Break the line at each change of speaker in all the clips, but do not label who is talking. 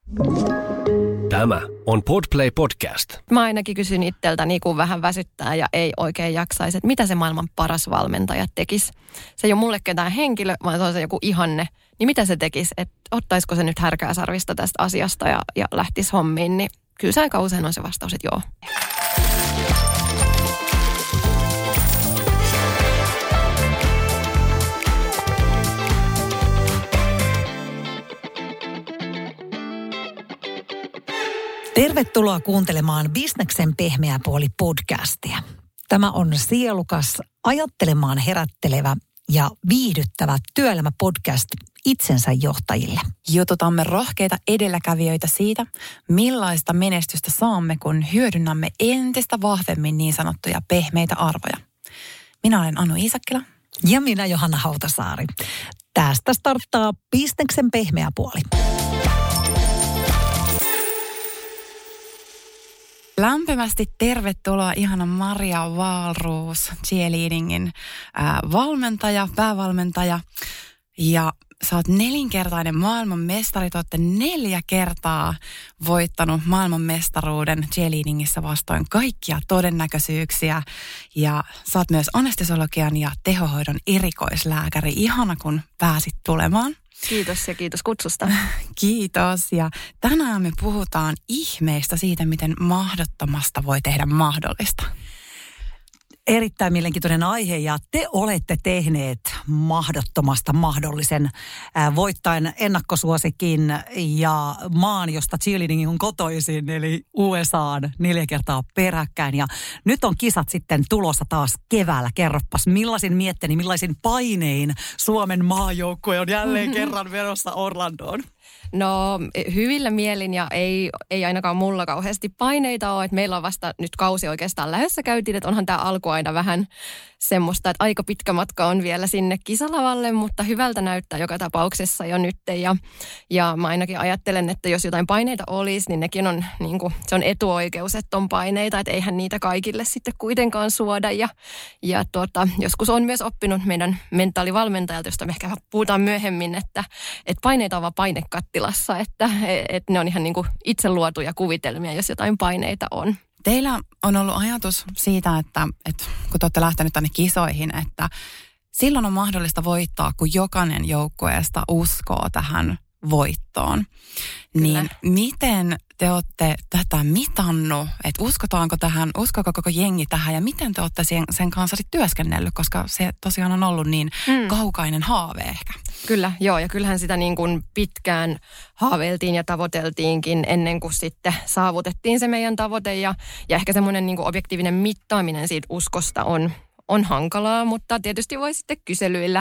Tämä on Podplay Podcast.
Mä ainakin kysyn itseltäni, kun vähän väsyttää ja ei oikein jaksaisi, että mitä se maailman paras valmentaja tekisi. Se ei ole mulle ketään henkilö, vaan se on se joku ihanne. Niin mitä se tekisi, että ottaisiko se nyt härkää sarvista tästä asiasta ja lähtisi hommiin, niin kyllä se aika usein on se vastaus, että joo.
Tervetuloa kuuntelemaan Bisneksen pehmeä puoli podcastia. Tämä on sielukas, ajattelemaan herättelevä ja viihdyttävä työelämäpodcast itsensä johtajille.
Jututamme rohkeita edelläkävijöitä siitä, millaista menestystä saamme, kun hyödynnämme entistä vahvemmin niin sanottuja pehmeitä arvoja. Minä olen Anu Iisakkila.
Ja minä Johanna Hautasaari. Tästä starttaa Bisneksen pehmeä puoli.
Lämpimästi tervetuloa ihana Maria Wahlroos, cheerleadingin valmentaja, päävalmentaja. Ja sä oot 4-kertainen maailmanmestari. Te ootte 4 kertaa voittanut maailmanmestaruuden cheerleadingissä vastoin kaikkia todennäköisyyksiä. Ja sä oot myös anestesiologian ja tehohoidon erikoislääkäri. Ihana, kun pääsit tulemaan.
Kiitos ja kiitos kutsusta.
Kiitos. Ja tänään me puhutaan ihmeistä siitä, miten mahdottomasta voi tehdä mahdollista.
Erittäin mielenkiintoinen aihe ja te olette tehneet mahdottomasta mahdollisen voittaen ennakkosuosikin ja maan, josta cheerleading on kotoisin, eli USA:n 4 kertaa peräkkäin. Ja nyt on kisat sitten tulossa taas keväällä. Kerropas, millaisin painein Suomen maajoukkue on jälleen kerran menossa Orlandoon?
No hyvillä mielin ja ei ainakaan mulla kauheasti paineita ole, että meillä on vasta nyt kausi oikeastaan lähdössä käytiin, että onhan tämä alku aina vähän semmoista, että aika pitkä matka on vielä sinne kisalavalle, mutta hyvältä näyttää joka tapauksessa jo nyt ja mä ainakin ajattelen, että jos jotain paineita olisi, niin nekin on niin kuin, se on etuoikeus, että on paineita, että eihän niitä kaikille sitten kuitenkaan suoda ja joskus on myös oppinut meidän mentaalivalmentajalta, josta me ehkä puhutaan myöhemmin, että paineita on vaan painekattilassa, että ne on ihan niin kuin itse luotuja kuvitelmia, jos jotain paineita on.
Teillä on ollut ajatus siitä, että kun te olette lähtenyt tänne kisoihin, että silloin on mahdollista voittaa, kun jokainen joukkueesta uskoo tähän voittoon.
Kyllä.
Niin miten te olette tätä mitannut, että uskoako koko jengi tähän ja miten te olette sen kanssa sitten työskennellyt, koska se tosiaan on ollut niin kaukainen haave ehkä.
Kyllä, joo, ja kyllähän sitä niin kuin pitkään haaveiltiin ja tavoiteltiinkin ennen kuin sitten saavutettiin se meidän tavoite ja ehkä semmoinen niin kuin objektiivinen mittaaminen siitä uskosta on hankalaa, mutta tietysti voi sitten kyselyillä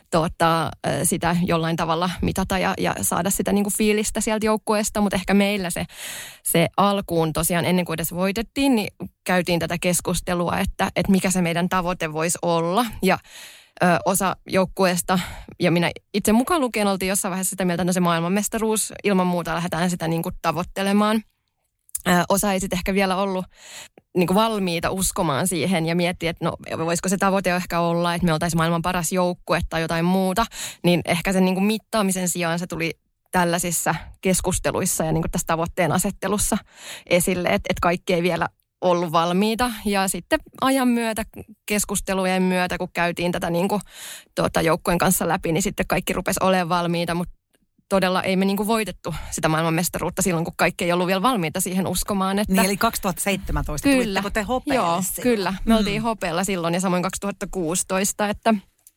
sitä jollain tavalla mitata ja saada sitä niin kuin fiilistä sieltä joukkueesta, mutta ehkä meillä se alkuun tosiaan ennen kuin edes voitettiin, niin käytiin tätä keskustelua, että mikä se meidän tavoite voisi olla ja osa joukkueesta ja minä itse mukaan lukien oltiin jossain vaiheessa sitä mieltä, että se maailmanmestaruus ilman muuta lähdetään sitä niin kuin tavoittelemaan. Osa ei sitten ehkä vielä ollut niin kuin valmiita uskomaan siihen ja miettiä, että no voisiko se tavoite ehkä olla, että me oltaisiin maailman paras joukkue tai jotain muuta, niin ehkä sen niin kuin mittaamisen sijaan se tuli tällaisissa keskusteluissa ja niin kuin tässä tavoitteen asettelussa esille, että kaikki ei vielä ollut valmiita ja sitten ajan myötä, keskustelujen myötä, kun käytiin tätä niin kuin, joukkueen kanssa läpi, niin sitten kaikki rupesi olemaan valmiita, mutta todella ei me niin kuin voitettu sitä maailmanmestaruutta silloin, kun kaikki ei ollut vielä valmiita siihen uskomaan. Että
niin eli 2017 tulitteko te hopealle?
Joo, kyllä. Me oltiin hopealla silloin ja samoin 2016, että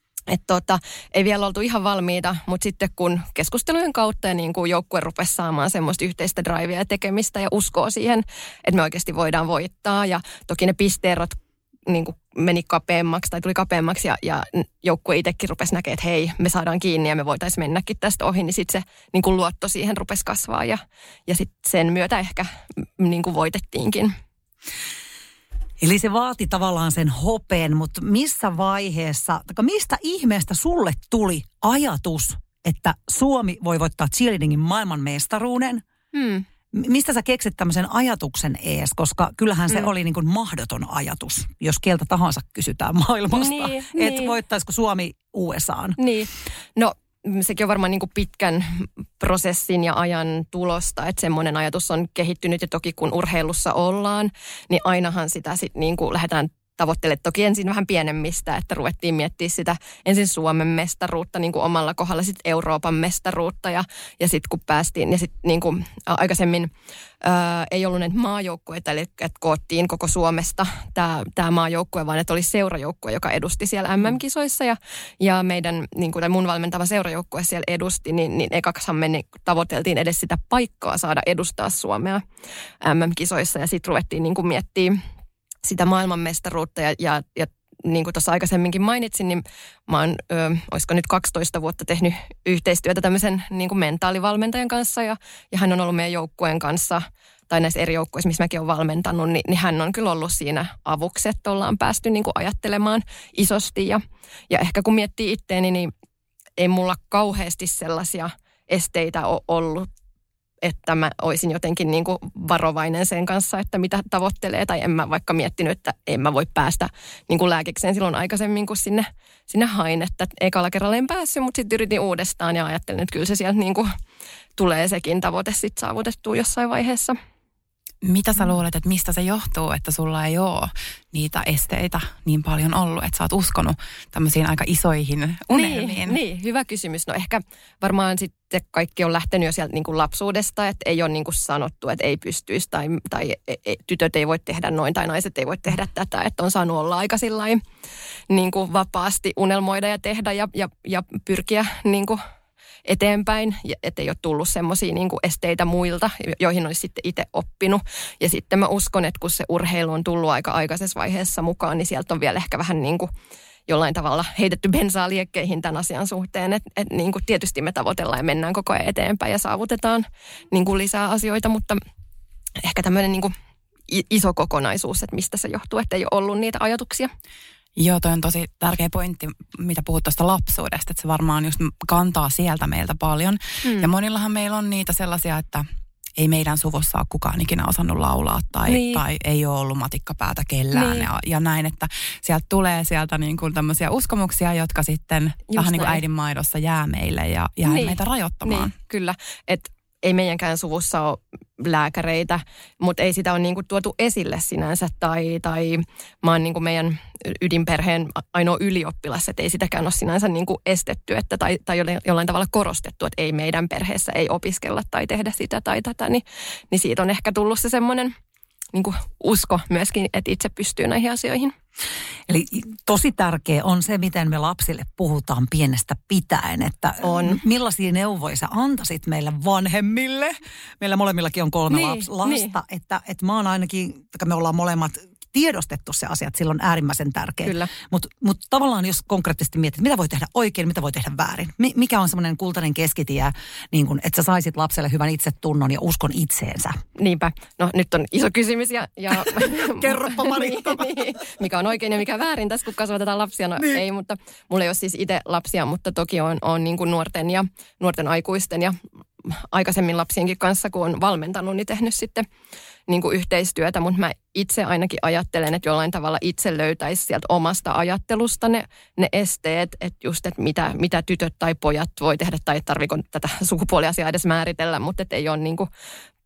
ei vielä oltu ihan valmiita, mutta sitten kun keskustelujen kautta ja niin kuin joukkue rupesi saamaan semmoista yhteistä drivea ja tekemistä ja uskoa siihen, että me oikeasti voidaan voittaa ja toki ne pisteerot niin kuin meni kapeammaksi tai tuli kapeammaksi ja joukkue itsekin rupesi näkemään, että hei, me saadaan kiinni ja me voitaisiin mennäkin tästä ohi, niin sitten se niin kuin luotto siihen rupesi kasvaa ja sitten sen myötä ehkä niin kuin voitettiinkin.
Eli se vaati tavallaan sen hopeen, mutta missä vaiheessa, mistä ihmeestä sulle tuli ajatus, että Suomi voi voittaa cheerleadingin maailmanmestaruuden? Mistä sä keksit tämmöisen ajatuksen ees? Koska kyllähän se oli niin kuin mahdoton ajatus, jos keltä tahansa kysytään maailmasta. Että voittaisiko Suomi USAan?
Niin, no sekin on varmaan niin kuin pitkän prosessin ja ajan tulosta, että semmoinen ajatus on kehittynyt ja toki kun urheilussa ollaan, niin ainahan sitä sitten niin kuin lähdetään tavoittelemaan toki ensin vähän pienemmistä, että ruvettiin miettimään sitä ensin Suomen mestaruutta niin kuin omalla kohdalla, sitten Euroopan mestaruutta ja sitten kun päästiin ja sitten niin kuin aikaisemmin ei ollut näitä maajoukkueita, eli että koottiin koko Suomesta tämä maajoukkue, vaan että oli seurajoukkue, joka edusti siellä MM-kisoissa ja meidän, niin kuin mun valmentava seurajoukkue siellä edusti, niin ekaksihan me tavoiteltiin edes sitä paikkaa saada edustaa Suomea MM-kisoissa ja sitten ruvettiin niin kuin miettimään sitä maailmanmestaruutta ja niin kuin tuossa aikaisemminkin mainitsin, niin mä oon, olisiko nyt 12 vuotta tehnyt yhteistyötä tämmöisen niin kuin mentaalivalmentajan kanssa ja hän on ollut meidän joukkueen kanssa tai näissä eri joukkueissa, missä mäkin olen valmentanut, niin hän on kyllä ollut siinä avuksi, että ollaan päästy niin kuin ajattelemaan isosti ja ehkä kun miettii itteeni, niin ei mulla kauheasti sellaisia esteitä ole ollut, että mä olisin jotenkin niin kuin varovainen sen kanssa, että mitä tavoittelee. Tai en mä vaikka miettinyt, että en mä voi päästä niin kuin lääkikseen silloin aikaisemmin, kun sinne hain. Että ekalla kerralla en päässyt, mutta sitten yritin uudestaan ja ajattelin, että kyllä se sieltä niin kuin tulee sekin tavoite sitten saavutettua jossain vaiheessa.
Mitä sä luulet, että mistä se johtuu, että sulla ei ole niitä esteitä niin paljon ollut, että sä oot uskonut tämmöisiin aika isoihin unelmiin?
Niin, hyvä kysymys. No ehkä varmaan sitten kaikki on lähtenyt jo sieltä niin kuin lapsuudesta, että ei ole niin kuin sanottu, että ei pystyisi tai tytöt ei voi tehdä noin tai naiset ei voi tehdä tätä, että on saanut olla aika sillain niin kuin vapaasti unelmoida ja tehdä ja pyrkiä niin kuin eteenpäin, että ei ole tullut semmoisia niin kuin esteitä muilta, joihin olisi sitten itse oppinut. Ja sitten mä uskon, että kun se urheilu on tullut aika aikaisessa vaiheessa mukaan, niin sieltä on vielä ehkä vähän niin kuin jollain tavalla heitetty bensaa liekkeihin tämän asian suhteen. Että niin kuin tietysti me tavoitellaan ja mennään koko ajan eteenpäin ja saavutetaan niin kuin lisää asioita, mutta ehkä tämmöinen niin kuin iso kokonaisuus, että mistä se johtuu, että ei ole ollut niitä ajatuksia.
Joo, toi on tosi tärkeä pointti, mitä puhut tuosta lapsuudesta, että se varmaan just kantaa sieltä meiltä paljon. Ja monillahan meillä on niitä sellaisia, että ei meidän suvussa ole kukaan ikinä osannut laulaa tai ei ole ollut matikkapäätä kellään ja näin, että sieltä tulee sieltä niin kuin tämmöisiä uskomuksia, jotka sitten just vähän niin kuin äidin maidossa jää meille ja jää meitä rajoittamaan.
Niin, kyllä, että ei meidänkään suvussa ole lääkäreitä, mutta ei sitä ole niinku tuotu esille sinänsä. Tai mä oon niinku meidän ydinperheen ainoa ylioppilas, että ei sitäkään ole sinänsä niinku estetty, että tai jollain tavalla korostettu, että ei meidän perheessä ei opiskella tai tehdä sitä tai tätä. Niin siitä on ehkä tullut se semmoinen niinku usko myöskin, että itse pystyy näihin asioihin.
Eli tosi tärkeä on se, miten me lapsille puhutaan pienestä pitäen, että millaisia neuvoja sä antaisit meille vanhemmille. Meillä molemmillakin on 3 lasta, että mä oon ainakin, me ollaan molemmat tiedostettu se asia, että sillä on äärimmäisen tärkeä. Mutta tavallaan jos konkreettisesti mietit, mitä voi tehdä oikein, mitä voi tehdä väärin. Mikä on semmoinen kultainen keskitie, niin kun, että sä saisit lapselle hyvän itsetunnon ja uskon itseensä?
Niinpä. No nyt on iso kysymys ja
kerropa Marikka.
Mikä on oikein ja mikä väärin tässä, kun kasvatetaan lapsia. No ei, mutta mulla ei ole siis itse lapsia, mutta toki on niin kuin nuorten aikuisten ja aikaisemmin lapsienkin kanssa, kun on valmentanut, niin tehnyt sitten niin kuin yhteistyötä, mutta mä itse ainakin ajattelen, että jollain tavalla itse löytäisi sieltä omasta ajattelusta ne esteet, että just, että mitä tytöt tai pojat voi tehdä, tai tarviko tätä sukupuoliasiaa edes määritellä, mutta että ei ole niin kuin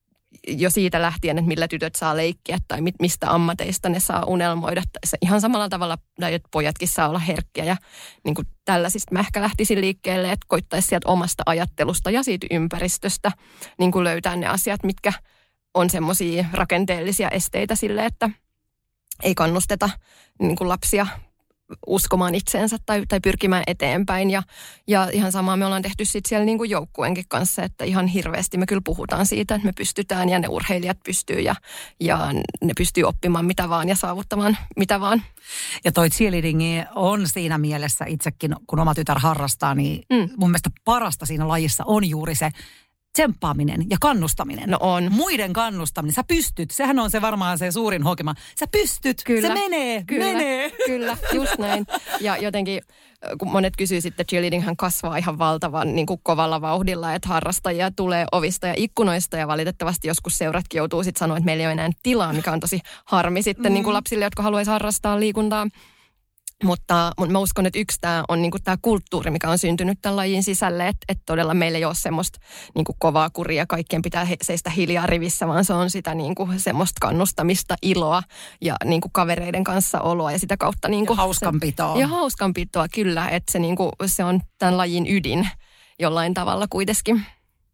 jo siitä lähtien, että millä tytöt saa leikkiä tai mistä ammateista ne saa unelmoida. Se ihan samalla tavalla, että pojatkin saa olla herkkiä ja niin kuin tällaisista mä ehkä lähtisin liikkeelle, että koittaisi sieltä omasta ajattelusta ja siitä ympäristöstä niin kuin löytää ne asiat, mitkä on semmoisia rakenteellisia esteitä sille, että ei kannusteta niin kuin lapsia uskomaan itseensä tai pyrkimään eteenpäin. Ja ihan samaa me ollaan tehty sitten siellä niin kuin joukkueenkin kanssa, että ihan hirveästi me kyllä puhutaan siitä, että me pystytään ja ne urheilijat pystyy ja ne pystyy oppimaan mitä vaan ja saavuttamaan mitä vaan.
Ja toi cheerleading on siinä mielessä itsekin, kun oma tytär harrastaa, niin mun mielestä parasta siinä lajissa on juuri se tsemppaaminen ja kannustaminen.
No on.
Muiden kannustaminen. Sä pystyt. Sehän on se varmaan se suurin hokema. Sä pystyt.
Kyllä.
Se menee.
Kyllä, just näin. Ja jotenkin, kun monet kysyy sitten, cheerleadinghän kasvaa ihan valtavan niin kuin kovalla vauhdilla, että harrastajia tulee ovista ja ikkunoista ja valitettavasti joskus seuratkin joutuu sitten sanoa, että meillä ei ole enää tilaa, mikä on tosi harmi sitten niin kuin lapsille, jotka haluaisi harrastaa liikuntaa. Mutta mä uskon, että yksi tämä on niinku tämä kulttuuri, mikä on syntynyt tämän lajin sisälle, että todella meillä ei ole semmoista niinku kovaa kuria, kaikkien pitää seistä hiljaa rivissä, vaan se on sitä niinku semmoista kannustamista, iloa ja niinku kavereiden kanssa oloa ja sitä kautta niinku
ja hauskanpitoa.
Ja hauskanpitoa, kyllä, että se on tämän lajin ydin jollain tavalla kuitenkin.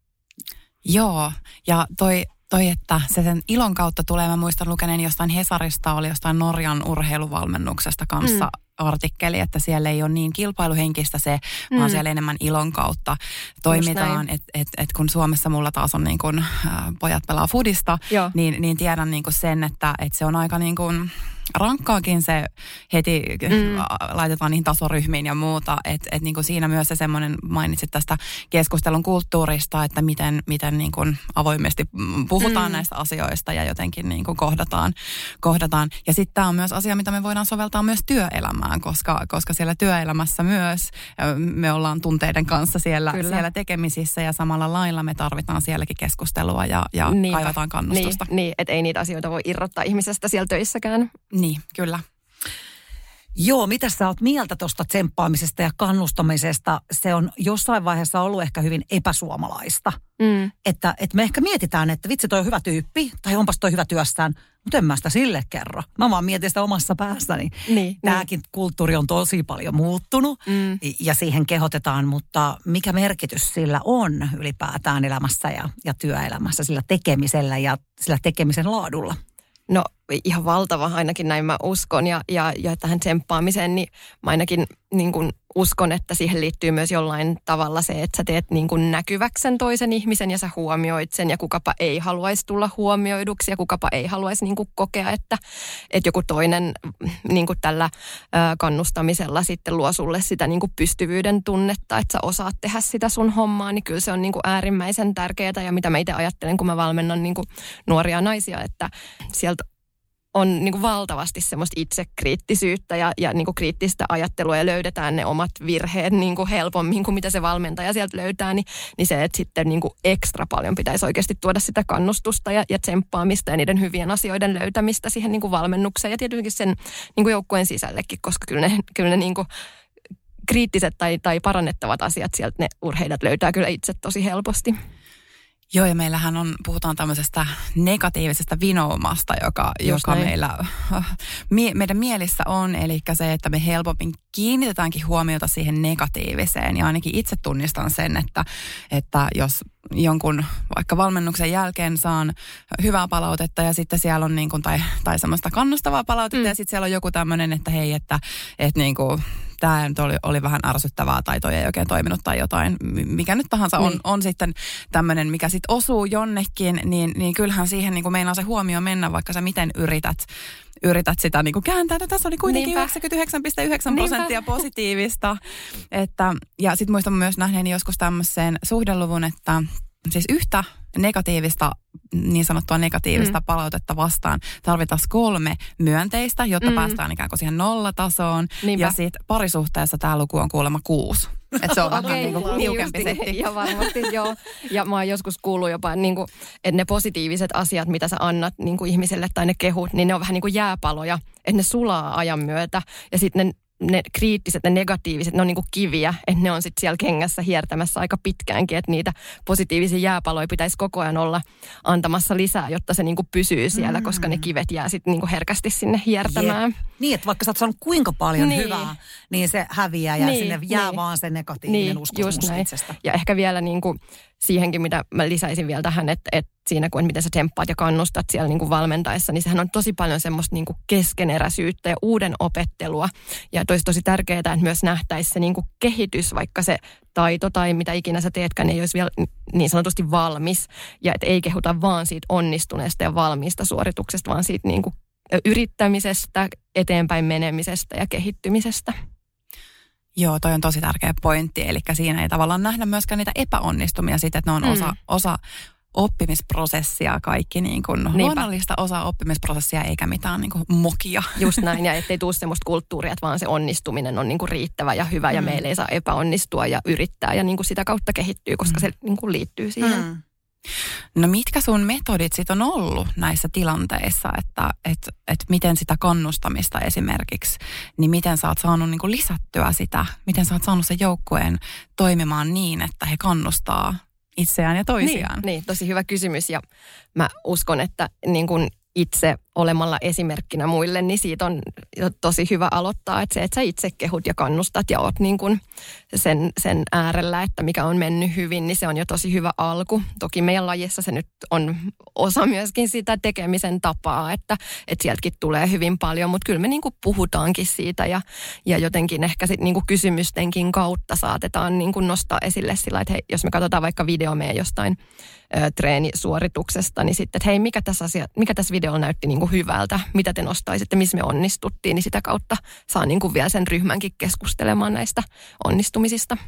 Joo, ja toi, että se sen ilon kautta tulee, mä muistan lukeneen jostain Hesarista, oli jostain Norjan urheiluvalmennuksesta kanssa artikkeli, että siellä ei ole niin kilpailuhenkistä se, vaan siellä enemmän ilon kautta toimitaan. Et kun Suomessa mulla taas on niin kun, pojat pelaa fudista, niin tiedän niin kun sen, että se on aika niin kun rankkaakin se heti laitetaan niihin tasoryhmiin ja muuta. Että niin kuin siinä myös se semmoinen, mainitsit tästä keskustelun kulttuurista, että miten niin kuin avoimesti puhutaan näistä asioista ja jotenkin niin kuin kohdataan. Ja sitten tämä on myös asia, mitä me voidaan soveltaa myös työelämään, koska siellä työelämässä myös me ollaan tunteiden kanssa siellä tekemisissä ja samalla lailla me tarvitaan sielläkin keskustelua ja kaivataan kannustusta.
Niin, että ei niitä asioita voi irrottaa ihmisestä siellä töissäkään.
Niin, kyllä.
Joo, mitä sä oot mieltä tuosta tsemppaamisesta ja kannustamisesta? Se on jossain vaiheessa ollut ehkä hyvin epäsuomalaista. Että me ehkä mietitään, että vitsi toi on hyvä tyyppi, tai onpas toi hyvä työssään, mutta en mä sitä sille kerro. Mä vaan mietin sitä omassa päässäni. Tämäkin kulttuuri on tosi paljon muuttunut ja siihen kehotetaan, mutta mikä merkitys sillä on ylipäätään elämässä ja työelämässä, sillä tekemisellä ja sillä tekemisen laadulla?
No ihan valtava, ainakin näin mä uskon ja tähän tsemppaamiseen, niin mä ainakin niin kuin uskon, että siihen liittyy myös jollain tavalla se, että sä teet niin kuin näkyväksi sen toisen ihmisen ja sä huomioit sen ja kukapa ei haluaisi tulla huomioiduksi ja kukapa ei haluaisi niin kuin kokea, että joku toinen niin kuin tällä kannustamisella sitten luo sulle sitä niin kuin pystyvyyden tunnetta, että sä osaat tehdä sitä sun hommaa, niin kyllä se on niin kuin äärimmäisen tärkeää ja mitä mä itse ajattelen, kun mä valmennan niin kuin nuoria naisia, että sieltä on niin kuin valtavasti semmoista itsekriittisyyttä ja niin kuin kriittistä ajattelua ja löydetään ne omat virheet niin kuin helpommin kuin mitä se valmentaja sieltä löytää, niin se, että sitten niin kuin ekstra paljon pitäisi oikeasti tuoda sitä kannustusta ja tsemppaamista ja niiden hyvien asioiden löytämistä siihen niin kuin valmennukseen ja tietenkin sen niin kuin joukkueen sisällekin, koska kyllä ne niin kuin kriittiset tai parannettavat asiat sieltä ne urheilijat löytää kyllä itse tosi helposti.
Joo, ja meillähän puhutaan tämmöisestä negatiivisesta vinoumasta, joka meidän mielissä on, eli se, että me helpommin kiinnitetäänkin huomiota siihen negatiiviseen, ja ainakin itse tunnistan sen, että jos jonkun vaikka valmennuksen jälkeen saan hyvää palautetta ja sitten siellä on niin kuin, tai semmoista kannustavaa palautetta ja sitten siellä on joku tämmöinen, että hei, että niin kuin tämä oli vähän ärsyttävää tai toi ei oikein toiminut tai jotain, mikä nyt tahansa on sitten tämmöinen, mikä sitten osuu jonnekin, niin kyllähän siihen niin kuin meinaa se huomio mennä, vaikka sä miten yrität sitä niin kuin kääntää. No, tässä oli kuitenkin 99,9% positiivista. Ja sitten muistan myös nähneeni joskus tämmöisen suhdeluvun, että siis yhtä negatiivista, niin sanottua negatiivista palautetta vastaan tarvitaan 3 myönteistä, jotta päästään ikään kuin siihen nollatasoon. Niinpä. Ja sitten parisuhteessa tämä luku on kuulemma 6. Että se on vähän niin kuin tiukempi setti.
Ja varmasti, joo. Ja mä oon joskus kuullut jopa, niin kuin, että ne positiiviset asiat, mitä sä annat niin kuin ihmiselle tai ne kehut, niin ne on vähän niin kuin jääpaloja, että ne sulaa ajan myötä. Ja sitten ne kriittiset, ne negatiiviset, ne on niin kuin kiviä, että ne on sitten siellä kengässä hiertämässä aika pitkäänkin, että niitä positiivisia jääpaloja pitäisi koko ajan olla antamassa lisää, jotta se niin kuin pysyy siellä, koska ne kivet jää sitten niin kuin herkästi sinne hiertämään.
Niin, että vaikka sä oot saanut kuinka paljon hyvää, niin se häviää ja sinne jää vaan se negatiivinen uskomus itsestä.
Ja ehkä vielä niin kuin siihenkin, mitä mä lisäisin vielä tähän, että siinä kun miten sä temppaat ja kannustat siellä niin kuin valmentaessa, niin sehän on tosi paljon semmoista niin kuin keskeneräisyyttä ja uuden opettelua. Ja tosi tärkeää, että myös nähtäisi se niin kuin kehitys, vaikka se taito tai mitä ikinä sä teetkään, ei olisi vielä niin sanotusti valmis. Ja että ei kehuta vaan siitä onnistuneesta ja valmiista suorituksesta, vaan siitä niin kuin yrittämisestä, eteenpäin menemisestä ja kehittymisestä.
Joo, toi on tosi tärkeä pointti. Eli siinä ei tavallaan nähdä myöskään niitä epäonnistumia siitä, että ne on osa oppimisprosessia kaikki, niin kuin luonnollista osa oppimisprosessia eikä mitään niin kuin mokia.
Just näin, ja ettei tule semmoista kulttuuria, että vaan se onnistuminen on niin kuin riittävä ja hyvä ja meillä ei saa epäonnistua ja yrittää ja niin kuin sitä kautta kehittyy, koska se niin kuin liittyy siihen.
No mitkä sun metodit sit on ollut näissä tilanteissa, että miten sitä kannustamista esimerkiksi, niin miten sä oot saanut niin kuin lisättyä sitä, miten sä oot saanut sen joukkueen toimimaan niin, että he kannustaa itseään ja toisiaan?
Niin, tosi hyvä kysymys ja mä uskon, että niin kuin itse olemalla esimerkkinä muille, niin siitä on tosi hyvä aloittaa, että se, että sä itse kehut ja kannustat ja oot niin kuin sen äärellä, että mikä on mennyt hyvin, niin se on jo tosi hyvä alku. Toki meidän lajissa se nyt on osa myöskin sitä tekemisen tapaa, että sieltäkin tulee hyvin paljon, mutta kyllä me niin kuin puhutaankin siitä ja jotenkin ehkä sit niin kuin kysymystenkin kautta saatetaan niin kuin nostaa esille sillä, että hei, jos me katsotaan vaikka video meidän jostain treenisuorituksesta, niin sitten, että hei, mikä tässä videolla näytti niin kuin hyvältä, mitä te nostaisitte, missä me onnistuttiin, niin sitä kautta saa niin kuin vielä sen ryhmänkin keskustelemaan näistä onnistumisista.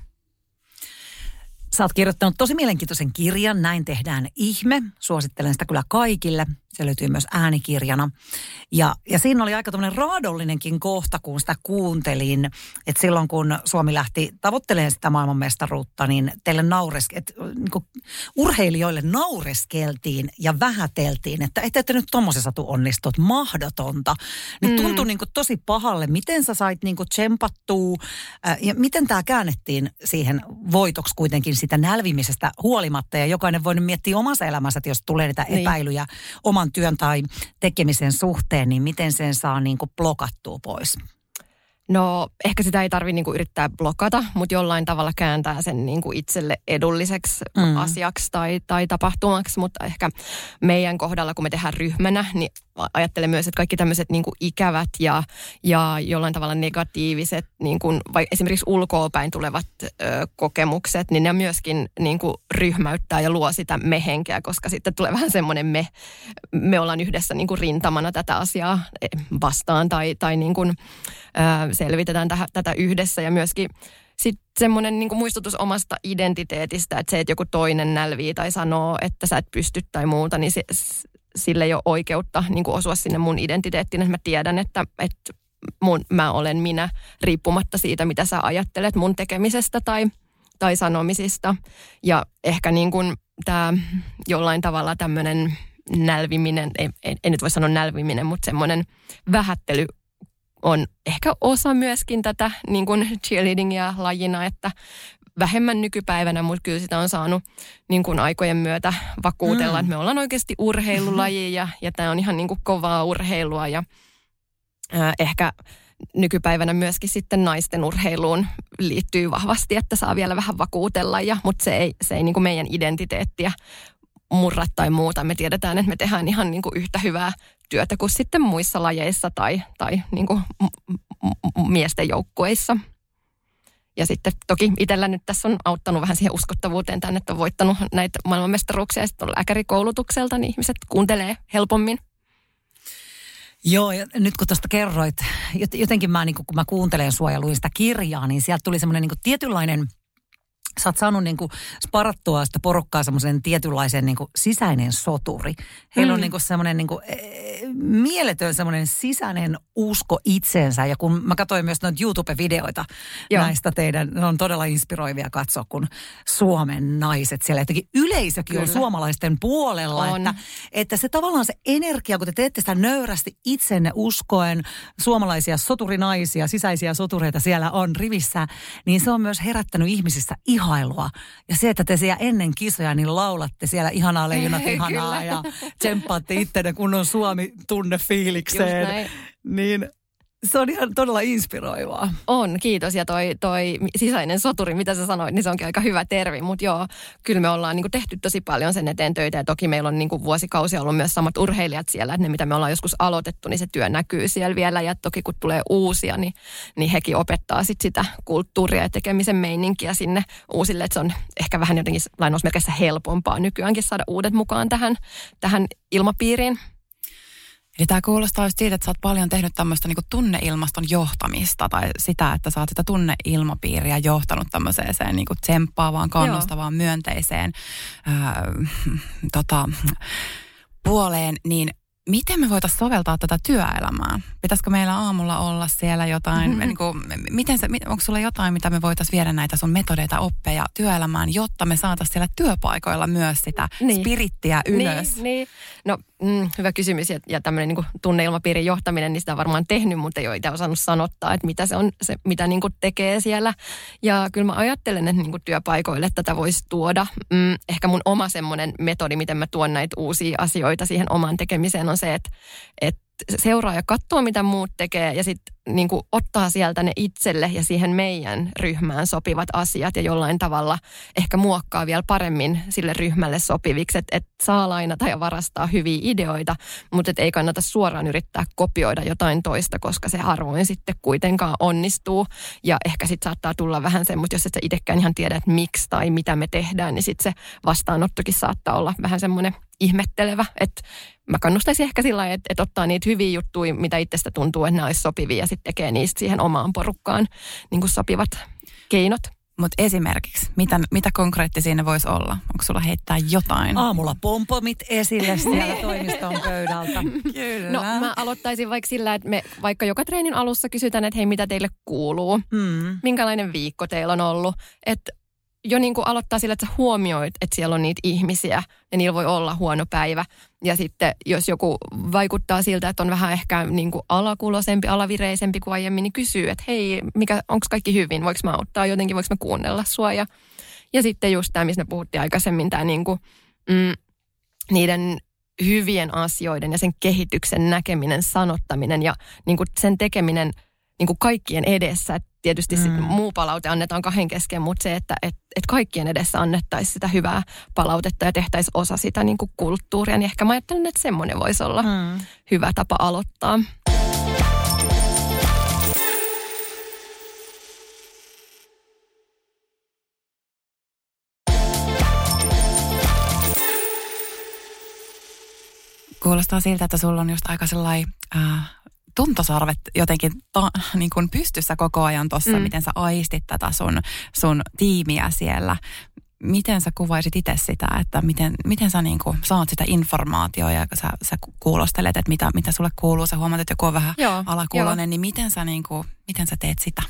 Sä oot kirjoittanut tosi mielenkiintoisen kirjan, Näin tehdään ihme. Suosittelen sitä kyllä kaikille. Se löytyy myös äänikirjana. Ja siinä oli aika tämmöinen raadollinenkin kohta, kun sitä kuuntelin. Että silloin, kun Suomi lähti tavoittelemaan sitä maailmanmestaruutta, niin teille niin urheilijoille naureskeltiin ja vähäteltiin, että ette nyt tommosessa tuu onnistua, mahdotonta. Niin tuntui niin kuin tosi pahalle. Miten sä sait niin kuin tsempattua ja miten tämä käännettiin siihen voitoksi kuitenkin sitä nälvimisestä huolimatta. Ja jokainen voi nyt miettiä omassa elämässä, että jos tulee niitä epäilyjä oman työn tai tekemisen suhteen, niin miten sen saa niin kuin blokattua pois?
No ehkä sitä ei tarvitse niinku yrittää blokata, mutta jollain tavalla kääntää sen niinku itselle edulliseksi asiaksi tai tapahtumaksi. Mutta ehkä meidän kohdalla, kun me tehdään ryhmänä, niin ajattelen myös, että kaikki tämmöiset niinku ikävät ja jollain tavalla negatiiviset, niinku, vai esimerkiksi ulkoapäin tulevat kokemukset, niin ne myöskin niinku ryhmäyttää ja luo sitä me-henkeä, koska sitten tulee vähän semmoinen me ollaan yhdessä niinku rintamana tätä asiaa vastaan tai niinku, selvitetään tätä yhdessä ja myöskin sitten semmoinen niin kuin muistutus omasta identiteetistä, että se, että joku toinen nälvii tai sanoo, että sä et pysty tai muuta, niin sille ei ole oikeutta niin kuin osua sinne mun identiteettiin. Että mä tiedän, että mä olen minä riippumatta siitä, mitä sä ajattelet mun tekemisestä tai sanomisista. Ja ehkä niin kuin tämä jollain tavalla tämmöinen nälviminen, ei nyt voi sanoa nälviminen, mutta semmoinen vähättely on ehkä osa myöskin tätä niin kuin cheerleadingia lajina, että vähemmän nykypäivänä, mutta kyllä sitä on saanut niin kuin aikojen myötä vakuutella, että me ollaan oikeasti urheilulaji ja tämä on ihan niin kuin kovaa urheilua ja ehkä nykypäivänä myöskin sitten naisten urheiluun liittyy vahvasti, että saa vielä vähän vakuutella, mutta se ei niin kuin meidän identiteettiä murra tai muuta. Me tiedetään, että me tehdään ihan niin kuin yhtä hyvää työtä kuin sitten muissa lajeissa tai niin kuin miesten joukkueissa. Ja sitten toki itsellä nyt tässä on auttanut vähän siihen uskottavuuteen tänne, että on voittanut näitä maailmanmestaruuksia ja sitten on lääkärikoulutukselta, niin ihmiset kuuntelee helpommin.
Joo, ja nyt kun tuosta kerroit, jotenkin mä, niin kun mä kuuntelen sua ja luin sitä kirjaa, niin sieltä tuli semmoinen niin tietynlainen, sä oot saanut niin kuin sparattua sitä porukkaa semmoisen tietynlaisen niin kuin sisäinen soturi. Heillä on niin kuin semmoinen niin kuin mieletön semmoinen sisäinen usko itseensä. Ja kun mä katsoin myös noita YouTube-videoita näistä teidän, ne on todella inspiroivia katsoa, kun Suomen naiset siellä jotenkin yleisökin on suomalaisten puolella. Että se tavallaan se energia, kun te teette sitä nöyrästi itsenne uskoen, suomalaisia soturinaisia, sisäisiä sotureita siellä on rivissä, niin se on myös herättänyt ihmisissä ihailua. Ja se, että te siellä ennen kisoja niin laulatte siellä ihanaa leijonat ihanaa ja tsemppaatte ittenne kunnon Suomi-tunnefiilikseen, niin se on ihan todella inspiroivaa.
On, kiitos. Ja toi sisäinen soturi, mitä sä sanoit, niin se onkin aika hyvä termi. Mutta joo, kyllä me ollaan niinku tehty tosi paljon sen eteen töitä. Ja toki meillä on niinku vuosikausia ollut myös samat urheilijat siellä. Että ne, mitä me ollaan joskus aloitettu, niin se työ näkyy siellä vielä. Ja toki kun tulee uusia, niin hekin opettaa sit sitä kulttuuria ja tekemisen meininkiä sinne uusille. Että se on ehkä vähän jotenkin lainausmerkeissä helpompaa nykyäänkin saada uudet mukaan tähän ilmapiiriin.
Eli tämä kuulostaa just siitä, että sä oot paljon tehnyt tämmöistä niinku tunneilmaston johtamista tai sitä, että sä oot sitä tunneilmapiiriä johtanut tämmöiseen niinku tsemppaavaan, kannustavaan, myönteiseen puoleen. Niin miten me voitaisiin soveltaa tätä työelämään? Pitäisikö meillä aamulla olla siellä jotain, onko sulla jotain, mitä me voitaisiin viedä näitä sun metodeita, oppeja työelämään, jotta me saataisiin siellä työpaikoilla myös sitä spirittiä ylös?
Niin. No, hyvä kysymys. Ja tämmöinen niin kuin tunneilmapiirin johtaminen, niin sitä on varmaan tehnyt, mutta ei ole itse osannut sanottaa, että mitä se on, se, mitä niin kuin tekee siellä. Ja kyllä mä ajattelen, että niin kuin työpaikoille tätä voisi tuoda. Ehkä mun oma semmoinen metodi, miten mä tuon näitä uusia asioita siihen omaan tekemiseen, on se, että seuraa ja katsoo, mitä muut tekee ja sitten niin kuin ottaa sieltä ne itselle ja siihen meidän ryhmään sopivat asiat ja jollain tavalla ehkä muokkaa vielä paremmin sille ryhmälle sopiviksi, että saa lainata ja varastaa hyviä ideoita, mutta ei kannata suoraan yrittää kopioida jotain toista, koska se harvoin sitten kuitenkaan onnistuu ja ehkä sitten saattaa tulla vähän semmoista, jos et sä itsekään ihan tiedä, että miksi tai mitä me tehdään, niin sitten se vastaanottokin saattaa olla vähän semmoinen ihmettelevä, että mä kannustaisin ehkä sillä lailla, että ottaa niitä hyviä juttuja, mitä itsestä tuntuu, että nämä olisi sopivia ja sitten tekee niistä siihen omaan porukkaan niin kuin sopivat keinot.
Mutta esimerkiksi, mitä konkreettisia ne voisi olla? Onko sulla heittää jotain?
Aamulla pompomit esille siellä toimiston pöydältä.
Kyllä.
No mä aloittaisin vaikka sillä, että me vaikka joka treenin alussa kysytään, että hei, mitä teille kuuluu? Minkälainen viikko teillä on ollut? Että jo niin kuin aloittaa sillä, että sä huomioit, että siellä on niitä ihmisiä ja niillä voi olla huono päivä. Ja sitten jos joku vaikuttaa siltä, että on vähän ehkä niin kuin alakuloisempi, alavireisempi kuin aiemmin, niin kysyy, että hei, onko kaikki hyvin? Voinko mä auttaa jotenkin? Voinko mä kuunnella sua? Ja sitten just tämä, missä me puhuttiin aikaisemmin, tämä niin kuin, niiden hyvien asioiden ja sen kehityksen näkeminen, sanottaminen ja niin kuin sen tekeminen niin kuin kaikkien edessä. Et tietysti muu palaute annetaan kahden kesken, mutta se, että kaikkien edessä annettaisiin sitä hyvää palautetta ja tehtäisiin osa sitä niin kuin kulttuuria, niin ehkä mä ajattelen, että semmoinen voisi olla hyvä tapa aloittaa.
Kuulostaa siltä, että sulla on just aika sellainen tuntosarvet jotenkin niin kuin pystyssä koko ajan tuossa, miten sä aistit tätä sun tiimiä siellä. Miten sä kuvaisit itse sitä, että miten sä niin kuin saat sitä informaatiota ja sä kuulostelet, että mitä sulle kuuluu, sä huomaat, että joku on vähän alakuuloinen, niin miten sä teet sitä?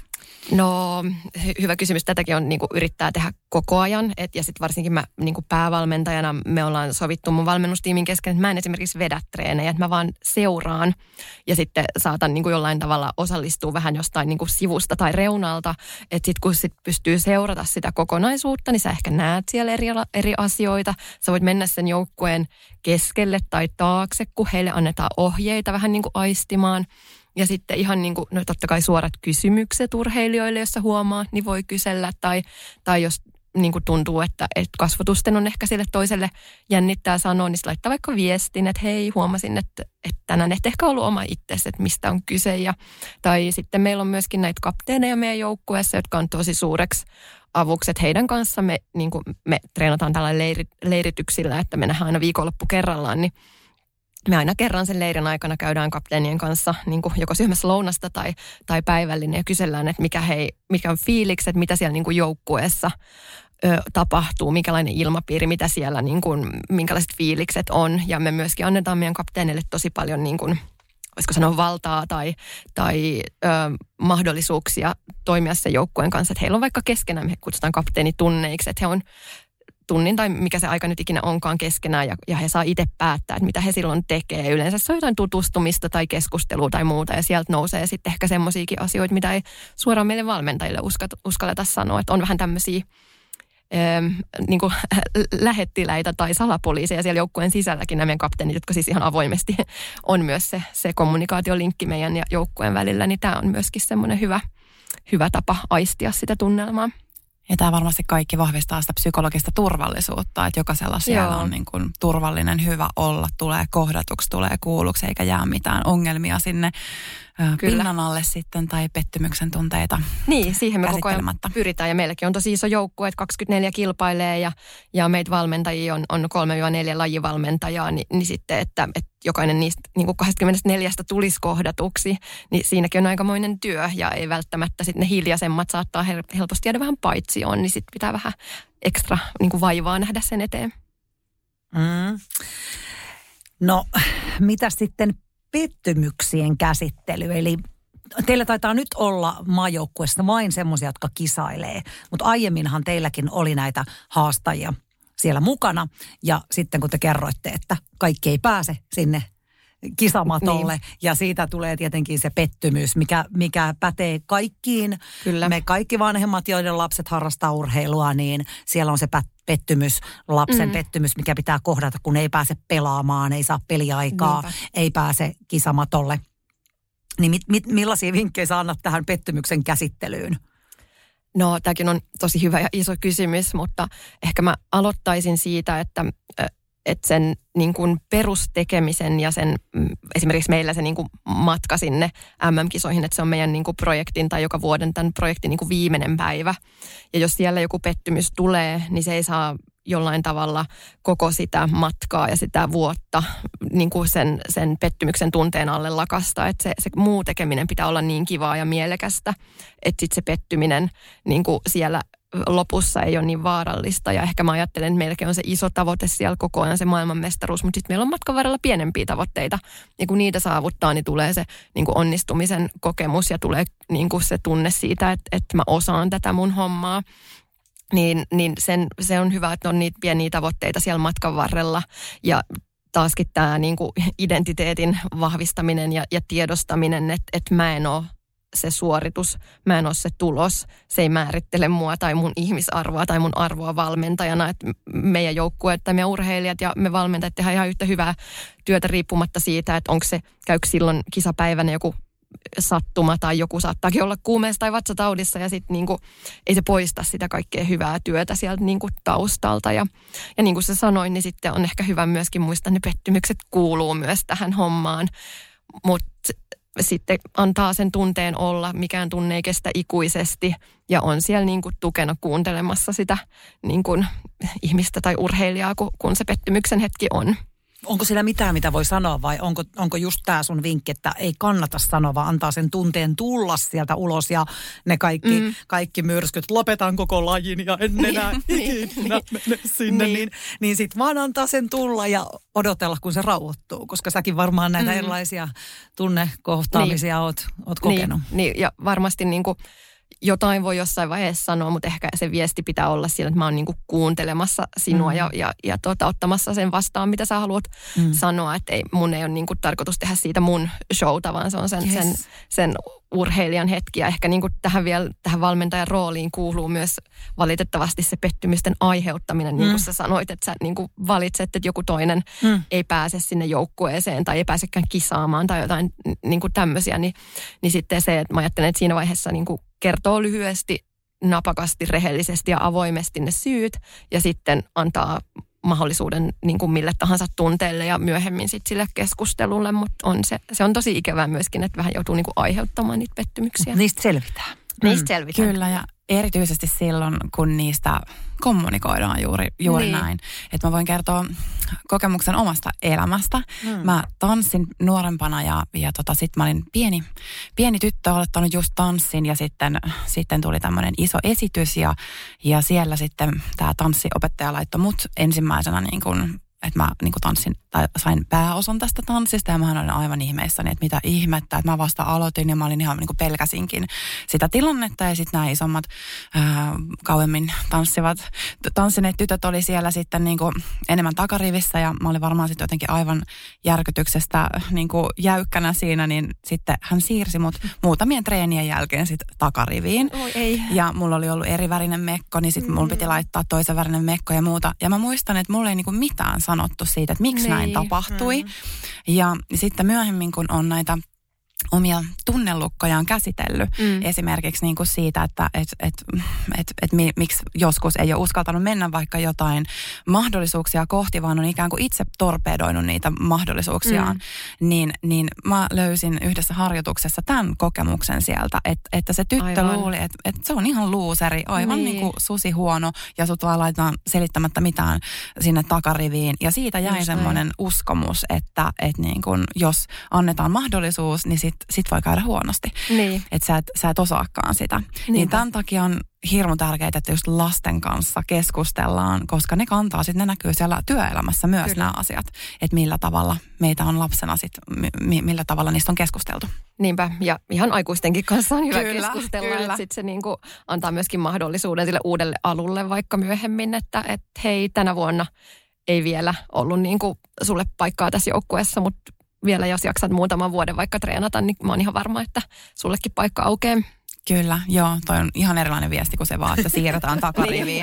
No, hyvä kysymys. Tätäkin on niin kuin yrittää tehdä koko ajan. Ja sitten varsinkin mä niin kuin päävalmentajana me ollaan sovittu mun valmennustiimin kesken, että mä en esimerkiksi vedä treenejä, että mä vaan seuraan ja sitten saatan niin kuin jollain tavalla osallistua vähän jostain niin kuin sivusta tai reunalta. Että sitten kun pystyy seurata sitä kokonaisuutta, niin sä ehkä näet siellä eri asioita. Sä voit mennä sen joukkueen keskelle tai taakse, kun heille annetaan ohjeita vähän niin kuin aistimaan. Ja sitten ihan niin kuin, no totta kai suorat kysymykset urheilijoille, jos sä huomaa, niin voi kysellä. Tai jos niin kuin tuntuu, että kasvotusten on ehkä sille toiselle jännittää sanoa, niin se laittaa vaikka viestin, että hei, huomasin, että tänään et ehkä ollut oma itsesi, että mistä on kyse. Tai sitten meillä on myöskin näitä kapteeneja meidän joukkueessa, jotka on tosi suureksi avuksi, että heidän kanssa me treenataan tällainen leirityksillä, että me nähdään aina viikonloppu kerrallaan, niin me aina kerran sen leirin aikana käydään kapteenien kanssa niin kuin joko syömässä lounasta tai päivällinen ja kysellään, että mikä on fiilikset, mitä siellä niin kuin joukkueessa tapahtuu, minkälainen ilmapiiri, mitä siellä, niin kuin, minkälaiset fiilikset on. Ja me myöskin annetaan meidän kapteenille tosi paljon, niin kuin, voisiko sanoa valtaa tai mahdollisuuksia toimia sen joukkueen kanssa. Että heillä on vaikka keskenään, me kutsutaan kapteenitunneiksi, että he on tunnin tai mikä se aika nyt ikinä onkaan keskenään ja he saa itse päättää, että mitä he silloin tekee. Yleensä se on jotain tutustumista tai keskustelua tai muuta ja sieltä nousee sitten ehkä semmoisiakin asioita, mitä ei suoraan meille valmentajille uskalleta sanoa. Että on vähän tämmöisiä niin kuin lähettiläitä tai salapoliiseja siellä joukkueen sisälläkin nämä meidän kapteenit, jotka siis ihan avoimesti on myös se kommunikaatiolinkki meidän ja joukkueen välillä, niin tämä on myöskin semmoinen hyvä tapa aistia sitä tunnelmaa.
Ja tämä varmasti kaikki vahvistaa sitä psykologista turvallisuutta, että jokaisella siellä on niin kuin turvallinen, hyvä olla, tulee kohdatuksi, tulee kuulluksi, eikä jää mitään ongelmia sinne pinnan alle sitten tai pettymyksen tunteita.
Niin, siihen me koko ajan pyritään ja meilläkin on tosi iso joukkue, että 24 kilpailee ja meitä valmentajia on 3-4 lajivalmentajaa, niin sitten, että jokainen niistä niin kuin 24 tulisi kohdatuksi, niin siinäkin on aikamoinen työ ja ei välttämättä sitten ne hiljaisemmat saattaa helposti jäädä vähän paitsioon, niin sitten pitää vähän ekstra niin kuin vaivaa nähdä sen eteen.
No, mitä sitten pettymyksien käsittely? Eli teillä taitaa nyt olla maajoukkueessa vain semmoisia, jotka kisailee, mutta aiemminhan teilläkin oli näitä haastajia siellä mukana. Ja sitten kun te kerroitte, että kaikki ei pääse sinne kisamatolle niin. Ja siitä tulee tietenkin se pettymys, mikä pätee kaikkiin.
Kyllä.
Me kaikki vanhemmat, joiden lapset harrastaa urheilua, niin siellä on se pettymys, lapsen pettymys, mikä pitää kohdata, kun ei pääse pelaamaan, ei saa peliaikaa, ei pääse kisamatolle. Niin millaisia vinkkejä sä annat tähän pettymyksen käsittelyyn?
No, tämäkin on tosi hyvä ja iso kysymys, mutta ehkä mä aloittaisin siitä, että sen niin kuin perustekemisen ja sen esimerkiksi meillä se niin kuin matka sinne MM-kisoihin, että se on meidän niin kuin projektin tai joka vuoden tämän projektin niin kuin viimeinen päivä. Ja jos siellä joku pettymys tulee, niin se ei saa jollain tavalla koko sitä matkaa ja sitä vuotta niin kuin sen pettymyksen tunteen alle lakasta. Että se muu tekeminen pitää olla niin kivaa ja mielekästä, että sitten se pettyminen niin kuin siellä lopussa ei ole niin vaarallista. Ja ehkä mä ajattelen, että meilläkin on se iso tavoite siellä koko ajan, se maailmanmestaruus, mutta sitten meillä on matkan varrella pienempiä tavoitteita. Ja kun niitä saavuttaa, niin tulee se niin kuin onnistumisen kokemus ja tulee niin kuin se tunne siitä, että mä osaan tätä mun hommaa. Niin se on hyvä, että on niitä pieniä tavoitteita siellä matkan varrella. Ja taaskin tämä niin kuin identiteetin vahvistaminen ja tiedostaminen, että mä en ole se suoritus, mä en ole se tulos. Se ei määrittele mua tai mun ihmisarvoa tai mun arvoa valmentajana. Että meidän joukkueet tai meidän urheilijat ja me valmentajat tehdään ihan yhtä hyvää työtä riippumatta siitä, että onko se, käykö silloin kisapäivänä joku sattuma tai joku saattaakin olla kuumeessa tai vatsataudissa ja sitten niinku, ei se poista sitä kaikkea hyvää työtä sieltä niinku taustalta. Ja niin kuin sä sanoin, niin sitten on ehkä hyvä myöskin muistaa, ne pettymykset kuuluu myös tähän hommaan, mutta sitten antaa sen tunteen olla, mikään tunne ei kestä ikuisesti ja on siellä niinku tukena kuuntelemassa sitä niinku ihmistä tai urheilijaa, kun se pettymyksen hetki on.
Onko siellä mitään, mitä voi sanoa vai onko just tämä sun vinkki, että ei kannata sanoa, vaan antaa sen tunteen tulla sieltä ulos ja ne kaikki myrskyt, lopetan koko lajin ja en enää ikinä mene sinne, niin sit vaan antaa sen tulla ja odotella, kun se rauhoittuu, koska säkin varmaan näitä erilaisia tunnekohtaamisia oot kokenut. Niin,
ja varmasti niinku jotain voi jossain vaiheessa sanoa, mutta ehkä se viesti pitää olla siellä, että mä oon niinku kuuntelemassa sinua ja ottamassa sen vastaan, mitä sä haluat sanoa. Että mun ei ole niinku tarkoitus tehdä siitä mun showta, vaan se on sen urheilijan hetki. Ja ehkä niinku tähän valmentajan rooliin kuuluu myös valitettavasti se pettymysten aiheuttaminen. Niin kuin sä sanoit, että sä niinku valitset, että joku toinen ei pääse sinne joukkueeseen tai ei pääsekään kisaamaan tai jotain niinku tämmöisiä. Niin sitten se, että mä ajattelen, että siinä vaiheessa niinku kertoo lyhyesti, napakasti, rehellisesti ja avoimesti ne syyt ja sitten antaa mahdollisuuden niin kuin mille tahansa tunteelle ja myöhemmin sitten sille keskustelulle, mutta se on tosi ikävää myöskin, että vähän joutuu niin kuin aiheuttamaan niitä pettymyksiä.
Niistä selvitään.
Kyllä, ja erityisesti silloin, kun niistä kommunikoidaan juuri näin. Että mä voin kertoa kokemuksen omasta elämästä. Mä tanssin nuorempana ja sit mä olin pieni tyttö, aloittanut just tanssin ja sitten tuli tämmöinen iso esitys ja siellä sitten tämä tanssiopettaja laittoi mut ensimmäisenä niin kuin, että mä niin kuin tanssin tai sain pääosan tästä tanssista ja mähän olin aivan ihmeissäni, että mitä ihmettä, että mä vasta aloitin ja mä olin ihan niin kuin pelkäsinkin sitä tilannetta ja sitten nämä isommat kauemmin tanssineet tytöt oli siellä sitten niin kuin enemmän takarivissä ja mä olin varmaan sitten jotenkin aivan järkytyksestä niin kuin jäykkänä siinä, niin sitten hän siirsi mut muutamien treenien jälkeen sitten takariviin.
Oi, ei.
Ja mulla oli ollut eri värinen mekko, niin sitten mulla piti laittaa toisen värinen mekko ja muuta. Ja mä muistan, että mulla ei niin kuin mitään sanottu siitä, että miksi näin tapahtui. Ja sitten myöhemmin, kun on näitä omia tunnelukkojaan käsitellyt esimerkiksi niin kuin siitä, että miksi joskus ei ole uskaltanut mennä vaikka jotain mahdollisuuksia kohti, vaan on ikään kuin itse torpedoinut niitä mahdollisuuksiaan, niin mä löysin yhdessä harjoituksessa tämän kokemuksen sieltä, että se tyttö luuli, että se on ihan luuseri, aivan niin kuin susi huono ja sut vaan laitetaan selittämättä mitään sinne takariviin ja siitä jäi semmoinen uskomus, että niin kuin jos annetaan mahdollisuus, niin sit voi käydä huonosti.
Niin.
Että sä et osaakaan sitä. Niin tämän takia on hirmu tärkeää, että just lasten kanssa keskustellaan, koska ne kantaa sitten, ne näkyy siellä työelämässä myös nämä asiat. Että millä tavalla meitä on lapsena millä tavalla niistä on keskusteltu.
Niinpä, ja ihan aikuistenkin kanssa on hyvä keskustella,
kyllä.
että sitten se niinku antaa myöskin mahdollisuuden sille uudelle alulle vaikka myöhemmin, että hei, tänä vuonna ei vielä ollut niinku sulle paikkaa tässä joukkueessa, mutta vielä jos jaksat muutaman vuoden vaikka treenata, niin mä oon ihan varma, että sullekin paikka aukeaa.
Kyllä, joo, toi on ihan erilainen viesti kuin se vaan, että siirretään takariviin.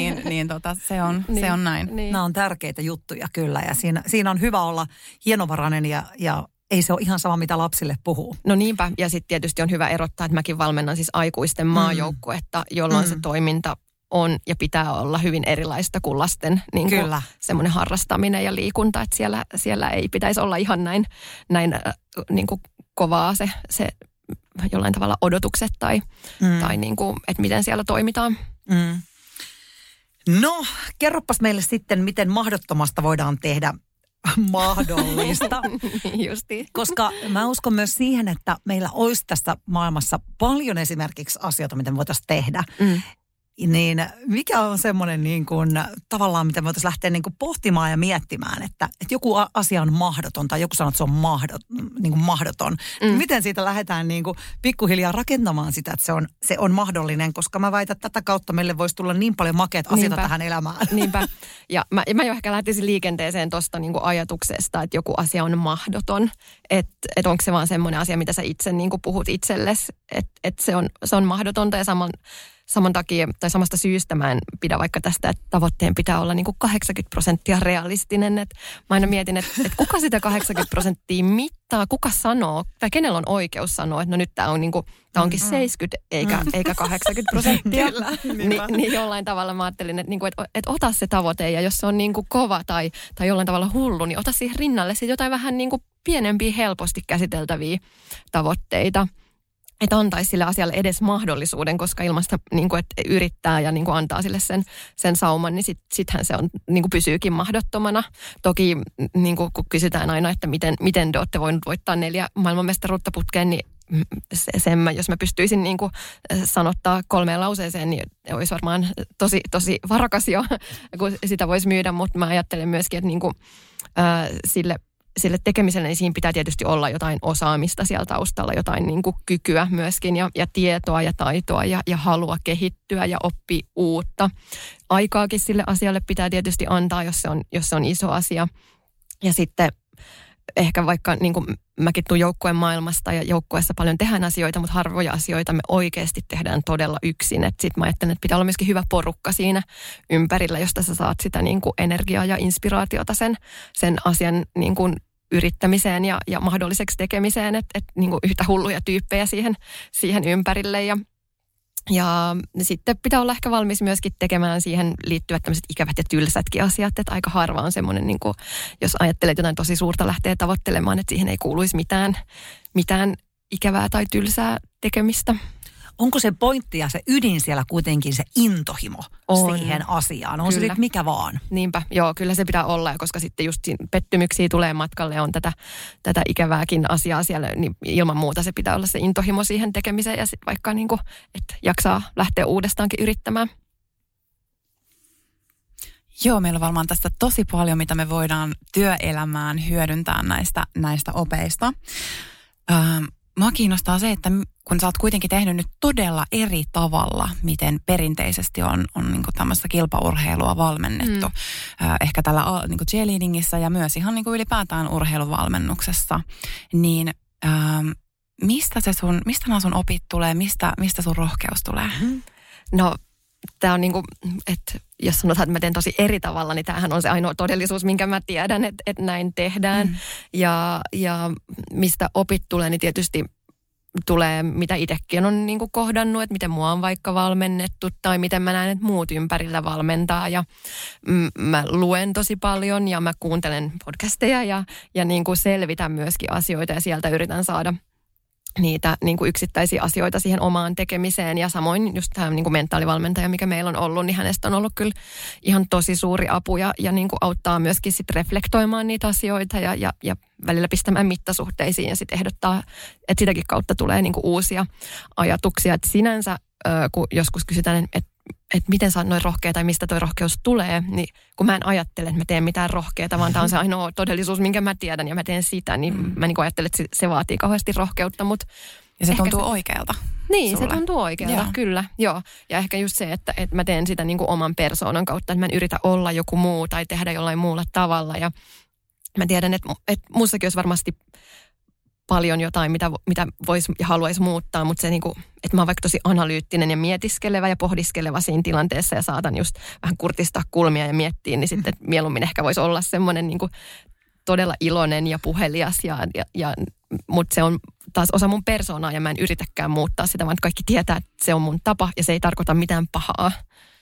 Se on näin.
Niin. Nämä on tärkeitä juttuja kyllä, ja siinä on hyvä olla hienovarainen ja ei se ole ihan sama, mitä lapsille puhuu.
No niinpä, ja sitten tietysti on hyvä erottaa, että mäkin valmennan siis aikuisten maajoukkuetta, jolloin se toiminta on ja pitää olla hyvin erilaista kuin lasten niin kuin semmoinen harrastaminen ja liikunta, että siellä ei pitäisi olla ihan näin niin kuin kovaa se jollain tavalla odotukset tai niin kuin, että miten siellä toimitaan.
No, kerropas meille sitten, miten mahdottomasta voidaan tehdä mahdollista.
Justiin.
Koska mä uskon myös siihen, että meillä olisi tässä maailmassa paljon esimerkiksi asioita, mitä me voitaisiin tehdä. Niin mikä on semmoinen niin kuin, tavallaan, mitä me voitaisiin lähteä niin kuin pohtimaan ja miettimään, että joku asia on mahdoton tai joku sanoo, että se on niin kuin mahdoton. Miten siitä lähdetään niin kuin pikkuhiljaa rakentamaan sitä, että se on mahdollinen, koska mä väitän, että tätä kautta meille voisi tulla niin paljon makeat asioita tähän elämään.
Niinpä. Ja mä jo ehkä lähtisin liikenteeseen tuosta niin kuin ajatuksesta, että joku asia on mahdoton. Että onko se vaan semmoinen asia, mitä sä itse niin kuin puhut itsellesi, että se on mahdotonta ja saman takia tai samasta syystä mä en pidä vaikka tästä, että tavoitteen pitää olla niin kuin 80% realistinen. Et mä aina mietin, että kuka sitä 80% mittaa, kuka sanoo, tai kenellä on oikeus sanoa, että no nyt tämä on niin kuin, tämä onkin 70 eikä 80%.
Kyllä,
niin jollain tavalla mä ajattelin, että, niin kuin, että ota se tavoite ja jos se on niin kuin kova tai jollain tavalla hullu, niin ota siihen rinnalle sitten jotain vähän niin kuin pienempiä, helposti käsiteltäviä tavoitteita. Että antaisi sille asialle edes mahdollisuuden, koska ilmasta niin kuin, että yrittää ja niin kuin antaa sille sen sauman, niin sittenhän se on, niin kuin pysyykin mahdottomana. Toki niin kuin, kun kysytään aina, että miten te olette voinut voittaa 4 maailmanmestaruutta putkeen, niin jos mä pystyisin niin kuin sanottaa 3 lauseeseen, niin olisi varmaan tosi varakas jo, kun sitä voisi myydä, mutta mä ajattelen myöskin, että niin kuin, sille tekemiselle, niin siinä pitää tietysti olla jotain osaamista siellä taustalla, jotain niin kuin kykyä myöskin ja tietoa ja taitoa ja halua kehittyä ja oppia uutta. Aikaakin sille asialle pitää tietysti antaa, jos se on iso asia. Ja sitten ehkä vaikka niin kuin mäkin tuun joukkueen maailmasta ja joukkueessa paljon tehdään asioita, mutta harvoja asioita me oikeasti tehdään todella yksin. Sitten mä ajattelen, että pitää olla myöskin hyvä porukka siinä ympärillä, josta sä saat sitä niin kuin energiaa ja inspiraatiota sen asian niin kuin yrittämiseen ja mahdolliseksi tekemiseen, että niin kuin yhtä hulluja tyyppejä siihen ympärille ja sitten pitää olla ehkä valmis myöskin tekemään siihen liittyvät tämmöiset ikävät ja tylsätkin asiat, että aika harva on semmoinen, niin kuin, jos ajattelet jotain tosi suurta lähtee tavoittelemaan, että siihen ei kuuluisi mitään ikävää tai tylsää tekemistä.
Onko se pointti ja se ydin siellä kuitenkin se intohimo siihen asiaan? On se sitten mikä vaan?
Niinpä, joo, kyllä se pitää olla, koska sitten just pettymyksiä tulee matkalle ja on tätä ikävääkin asiaa siellä, niin ilman muuta se pitää olla se intohimo siihen tekemiseen ja sitten vaikka niin kuin, että jaksaa lähteä uudestaankin yrittämään.
Joo, meillä on varmaan tästä tosi paljon, mitä me voidaan työelämään hyödyntää näistä opeista. Mua kiinnostaa se, että kun sä oot kuitenkin tehnyt nyt todella eri tavalla, miten perinteisesti on niin kuin tämmöistä kilpaurheilua valmennettu. Ehkä tällä niin kuin cheerleadingissä ja myös ihan niin kuin ylipäätään urheiluvalmennuksessa. Niin mistä nämä sun opit tulee, mistä sun rohkeus tulee?
No, tämä on niin kuin, että jos sanotaan, että mä teen tosi eri tavalla, niin tämähän on se ainoa todellisuus, minkä mä tiedän, että näin tehdään. Ja mistä opit tulee, niin tietysti tulee, mitä itsekin on niin kuin kohdannut, että miten mua on vaikka valmennettu tai miten mä näen, että muut ympärillä valmentaa. Ja mä luen tosi paljon ja mä kuuntelen podcasteja ja niin kuin selvitän myöskin asioita ja sieltä yritän niitä niin kuin yksittäisiä asioita siihen omaan tekemiseen. Ja samoin just tämä niin kuin mentaalivalmentaja, mikä meillä on ollut, niin hänestä on ollut kyllä ihan tosi suuri apu ja niin kuin auttaa myöskin sit reflektoimaan niitä asioita ja välillä pistämään mittasuhteisiin ja sitten ehdottaa, että sitäkin kautta tulee niin kuin uusia ajatuksia. Että sinänsä, kun joskus kysytään, että miten sä oot noin rohkea tai mistä toi rohkeus tulee, niin kun mä en ajattele, että mä teen mitään rohkeata, vaan tämä on se ainoa todellisuus, minkä mä tiedän ja mä teen sitä, niin mä niin ajattelen, että se vaatii kauheasti rohkeutta, mutta
ja se tuntuu oikealta.
Niin,
sulle.
Se tuntuu oikealta, kyllä. Joo. Ja ehkä just se, että mä teen sitä niin kuin oman persoonan kautta, että mä en yritä olla joku muu tai tehdä jollain muulla tavalla. Ja mä tiedän, että mussakin olisi varmasti paljon jotain, mitä voisi ja haluaisi muuttaa, mutta se niinku, että mä oon vaikka tosi analyyttinen ja mietiskelevä ja pohdiskeleva siinä tilanteessa ja saatan just vähän kurtistaa kulmia ja miettiä, niin sitten mieluummin ehkä voisi olla semmoinen niinku todella iloinen ja puhelias, mutta se on taas osa mun persoonaa ja mä en yritäkään muuttaa sitä, vaan kaikki tietää, että se on mun tapa ja se ei tarkoita mitään pahaa.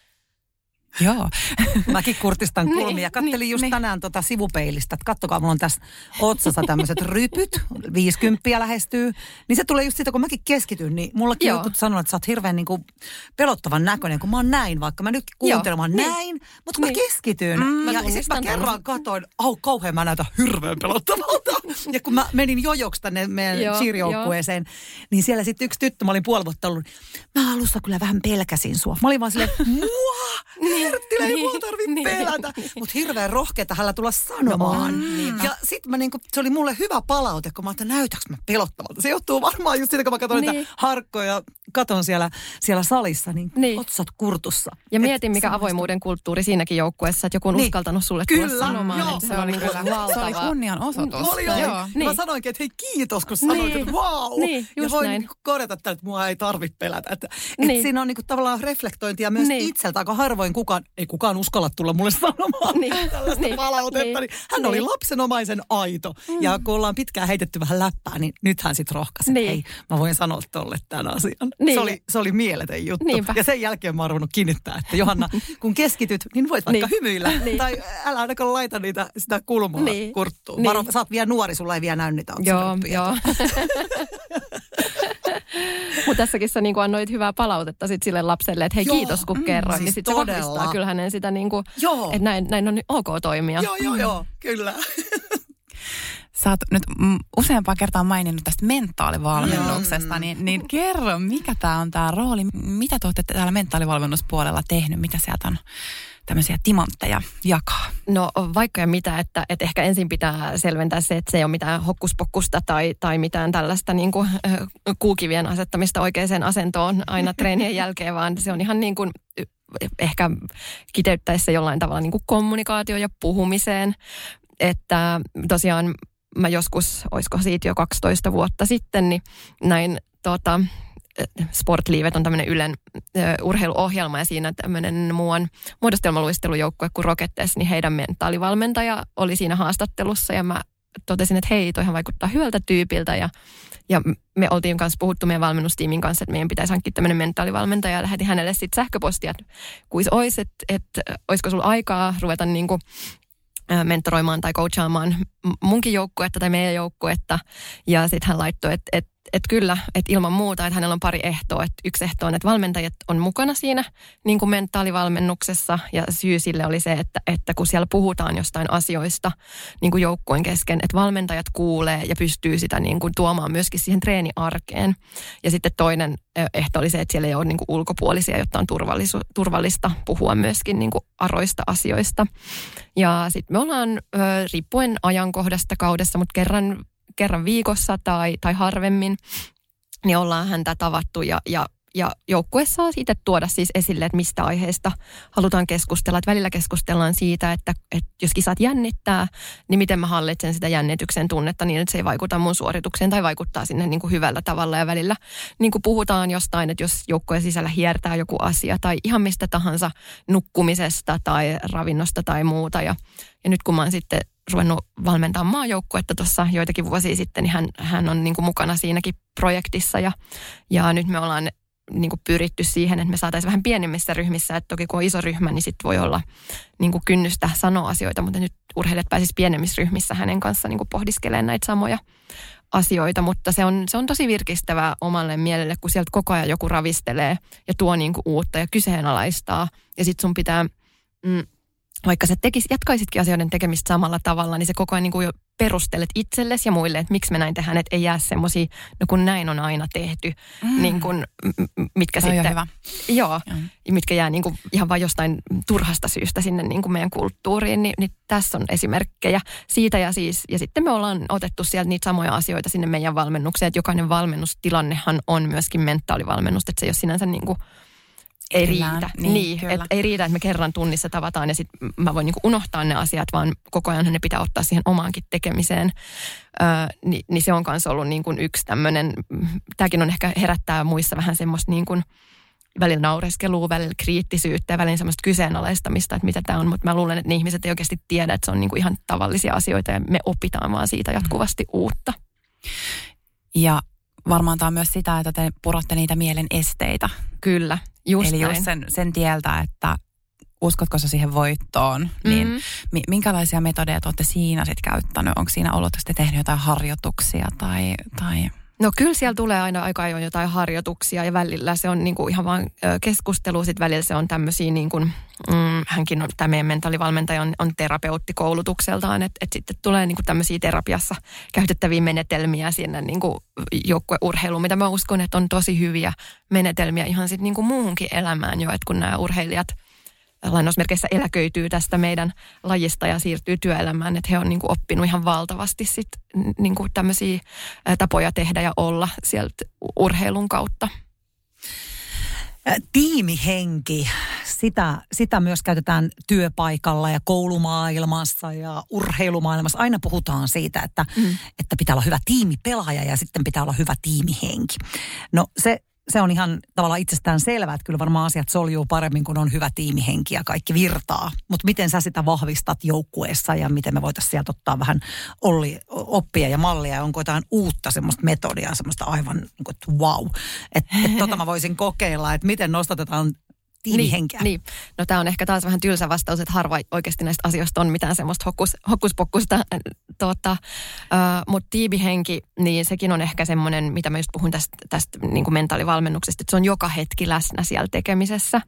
Joo. Mäkin kurtistan kulmia. Kattelin just tänään sivupeilistä, että kattokaa, mulla on tässä otsassa tämmöiset rypyt, 50 lähestyy. Niin se tulee just siitä, kun mäkin keskityn, niin mullakin jotkut sanoo, että sä oot hirveän niinku pelottavan näköinen, kun mä oon näin, vaikka mä nyt kuuntelen, mä oon näin, mutta kun mä keskityn. Ja sitten mä kerran katoin, kauhean mä näytän hirveän pelottavalta. Ja kun mä menin jojoksi tänne meidän cheer-joukkueeseen, niin siellä sitten yksi tyttö, mä olin puoli vuotta ollut, mä alussa kyllä vähän pelkäsin sua. Mä olin vaan silleen, Herttilä, ei mua tarvitse pelätä. Mutta hirveän rohkeata hänellä tulla sanomaan. Ja sitten se oli mulle hyvä palaute, kun mä ajattelin, näytäks mä pelottavalta. Se johtuu varmaan just siitä, kun mä katson niitä harkkoja ja katon siellä salissa, niin otsat kurtussa.
Ja mietin, mikä avoimuuden kulttuuri siinäkin joukkueessa, että joku on uskaltanut sulle tulla sanomaan.
Joo,
se oli kyllä valtava.
Se oli kunnianosoitus.
Oli. Mä sanoinkin, että hei kiitos, kun sanoit, että vau. Ja voin korjata tällä, että mua ei tarvitse pelätä. Että siinä on tavallaan reflektointia myös itseltä, aika harvoin ei kukaan uskalla tulla mulle sanomaan tällaista palautetta. Hän oli lapsenomaisen aito. Ja kun ollaan pitkään heitetty vähän läppää, niin nyt hän sitten rohkaisi, että hei, mä voin sanoa tolle tämän asian. Se oli mieletön juttu. Niinpä. Ja sen jälkeen mä oon ruvennut kiinnittää, että Johanna, kun keskityt, niin voit vaikka hymyillä. Tai älä ainakaan laita sitä kulmaa kurttuun. Sä oot vielä nuori, sulla ei vielä näy niitä
Joo. Mutta tässäkin sä niinku annoit hyvää palautetta sit sille lapselle, että hei kiitos kun kerroin. Siis niin sitten se vahvistaa kyllä hänen sitä niinku, että näin on ok toimia.
Joo, kyllä.
Sä oot nyt useampaa kertaa maininnut tästä mentaalivalmennuksesta, niin kerro, mikä tää on tää rooli? Mitä te olette täällä mentaalivalmennuspuolella tehnyt? Mitä sieltä on tämmöisiä timantteja jakaa?
No vaikka ja mitä, että ehkä ensin pitää selventää se, että se ei ole mitään hokkuspokkusta tai mitään tällaista niin kuin kuukivien asettamista oikeaan asentoon aina treenien jälkeen, vaan se on ihan niin kuin ehkä kiteyttäessä jollain tavalla niin kuin kommunikaatio ja puhumiseen. Että tosiaan mä joskus, olisiko siitä jo 12 vuotta sitten, niin näin Sportlivet on tämmöinen Ylen urheiluohjelma ja siinä tämmöinen muuan muodostelmaluistelujoukkue kuin Rockets, niin heidän mentaalivalmentaja oli siinä haastattelussa ja mä totesin, että hei, toihan vaikuttaa hyvältä tyypiltä ja me oltiin kanssa puhuttu meidän valmennustiimin kanssa, että meidän pitäisi hankkia tämmöinen mentaalivalmentaja ja lähetin hänelle sitten sähköpostia, että kuis olisi, että olisiko sulla aikaa ruveta niinku mentoroimaan tai coachaamaan munkin joukkuetta tai meidän joukkuetta. Ja sitten hän laittoi, että kyllä, että ilman muuta, että hänellä on pari ehtoa. Että yksi ehto on, että valmentajat on mukana siinä niin kuin mentaalivalmennuksessa. Ja syy sille oli se, että kun siellä puhutaan jostain asioista niin kuin joukkueen kesken, että valmentajat kuulee ja pystyy sitä niin kuin tuomaan myöskin siihen treeniarkeen. Ja sitten toinen ehto oli se, että siellä ei ole niin kuin ulkopuolisia, jotta on turvallista puhua myöskin niin kuin aroista asioista. Ja sitten me ollaan riippuen ajankohdasta kaudessa, mutta kerran viikossa tai harvemmin, niin ollaan häntä tavattu ja joukkue saa siitä tuoda siis esille, että mistä aiheesta halutaan keskustella. Että välillä keskustellaan siitä, että jos kisat jännittää, niin miten mä hallitsen sitä jännityksen tunnetta niin, että se ei vaikuta mun suoritukseen tai vaikuttaa sinne niin kuin hyvällä tavalla. Ja välillä niin kuin puhutaan jostain, että jos joukkueen sisällä hiertää joku asia tai ihan mistä tahansa nukkumisesta tai ravinnosta tai muuta. Ja nyt kun mä oon sitten ruvennut valmentamaan maajoukkuetta tuossa joitakin vuosia sitten, niin hän on niin kuin mukana siinäkin projektissa ja nyt me ollaan niin kuin pyritty siihen, että me saataisiin vähän pienemmissä ryhmissä. Että toki kun on iso ryhmä, niin sitten voi olla niin kuin kynnystä sanoa asioita, mutta nyt urheilijat pääsisivät pienemmissä ryhmissä hänen kanssaan niin kuin pohdiskelemaan näitä samoja asioita. Mutta se on tosi virkistävää omalle mielelle, kun sieltä koko ajan joku ravistelee ja tuo niin kuin uutta ja kyseenalaistaa. Ja sitten sun pitää... vaikka sä jatkaisitkin asioiden tekemistä samalla tavalla, niin se koko ajan niin kuin jo perustelet itsellesi ja muille, että miksi me näin tehdään, että ei jää semmoisia, no kun näin on aina tehty, niin kuin, mitkä
toi
sitten...
on hyvä.
Joo, mitkä jää niin kuin ihan vain jostain turhasta syystä sinne niin kuin meidän kulttuuriin, niin tässä on esimerkkejä siitä ja sitten me ollaan otettu sieltä niitä samoja asioita sinne meidän valmennukseen, että jokainen valmennustilannehan on myöskin mentaalivalmennus, että se ei ole sinänsä niin kuin ei riitä. Niin, että ei riitä, että me kerran tunnissa tavataan ja sitten mä voin niinku unohtaa ne asiat, vaan koko ajan ne pitää ottaa siihen omaankin tekemiseen. Niin se on kanssa ollut niin kuin yksi tämmöinen, tämäkin on ehkä herättää muissa vähän semmoista niin kuin välillä naureskelua, välillä kriittisyyttä ja välillä semmoista kyseenalaistamista, että mitä tämä on. Mutta mä luulen, että ne ihmiset ei oikeasti tiedä, että se on niin kuin ihan tavallisia asioita ja me opitaan vaan siitä jatkuvasti uutta.
Ja varmaan tämä on myös sitä, että te puratte niitä mielen esteitä.
Kyllä, just
eli
näin.
just sen tieltä, että uskotko sä siihen voittoon, niin minkälaisia metodeja te olette siinä sitten käyttänyt? Onko siinä ollut, että te tehnyt jotain harjoituksia tai...
No kyllä siellä tulee aina aika ajoin jotain harjoituksia ja välillä se on niinku ihan vaan keskustelu. Sitten välillä se on tämmöisiä niin kuin, hänkin on, tämä meidän mentaalivalmentaja on terapeutti koulutukseltaan, että sitten tulee niinku tämmöisiä terapiassa käytettäviä menetelmiä sinne niinku joukkueurheiluun, mitä mä uskon, että on tosi hyviä menetelmiä ihan sitten niinku muuhunkin elämään jo, että kun nämä urheilijat lainausmerkeissä eläköityy tästä meidän lajista ja siirtyy työelämään, että he on niin kuin oppinut ihan valtavasti sit, niin kuin tämmöisiä tapoja tehdä ja olla sieltä urheilun kautta.
Tiimihenki, sitä myös käytetään työpaikalla ja koulumaailmassa ja urheilumaailmassa. Aina puhutaan siitä, että pitää olla hyvä tiimipelaaja ja sitten pitää olla hyvä tiimihenki. No se on ihan tavallaan itsestään selvää, että kyllä varmaan asiat soljuu paremmin, kun on hyvä tiimihenki ja kaikki virtaa. Mutta miten sä sitä vahvistat joukkueessa ja miten me voitaisiin sieltä ottaa vähän oppia ja mallia ja onko jotain uutta semmoista metodia, semmoista aivan niin kuin, että wow. Että mä voisin kokeilla, että miten nostatetaan tiimihenkeä.
Niin. No tämä on ehkä taas vähän tylsä vastaus, että harva oikeasti näistä asioista on mitään semmoista hokkuspokkusta. Mutta tiimihenki, niin sekin on ehkä semmoinen, mitä mä just puhun tästä niin kuin mentaalivalmennuksesta, että se on joka hetki läsnä siellä tekemisessä.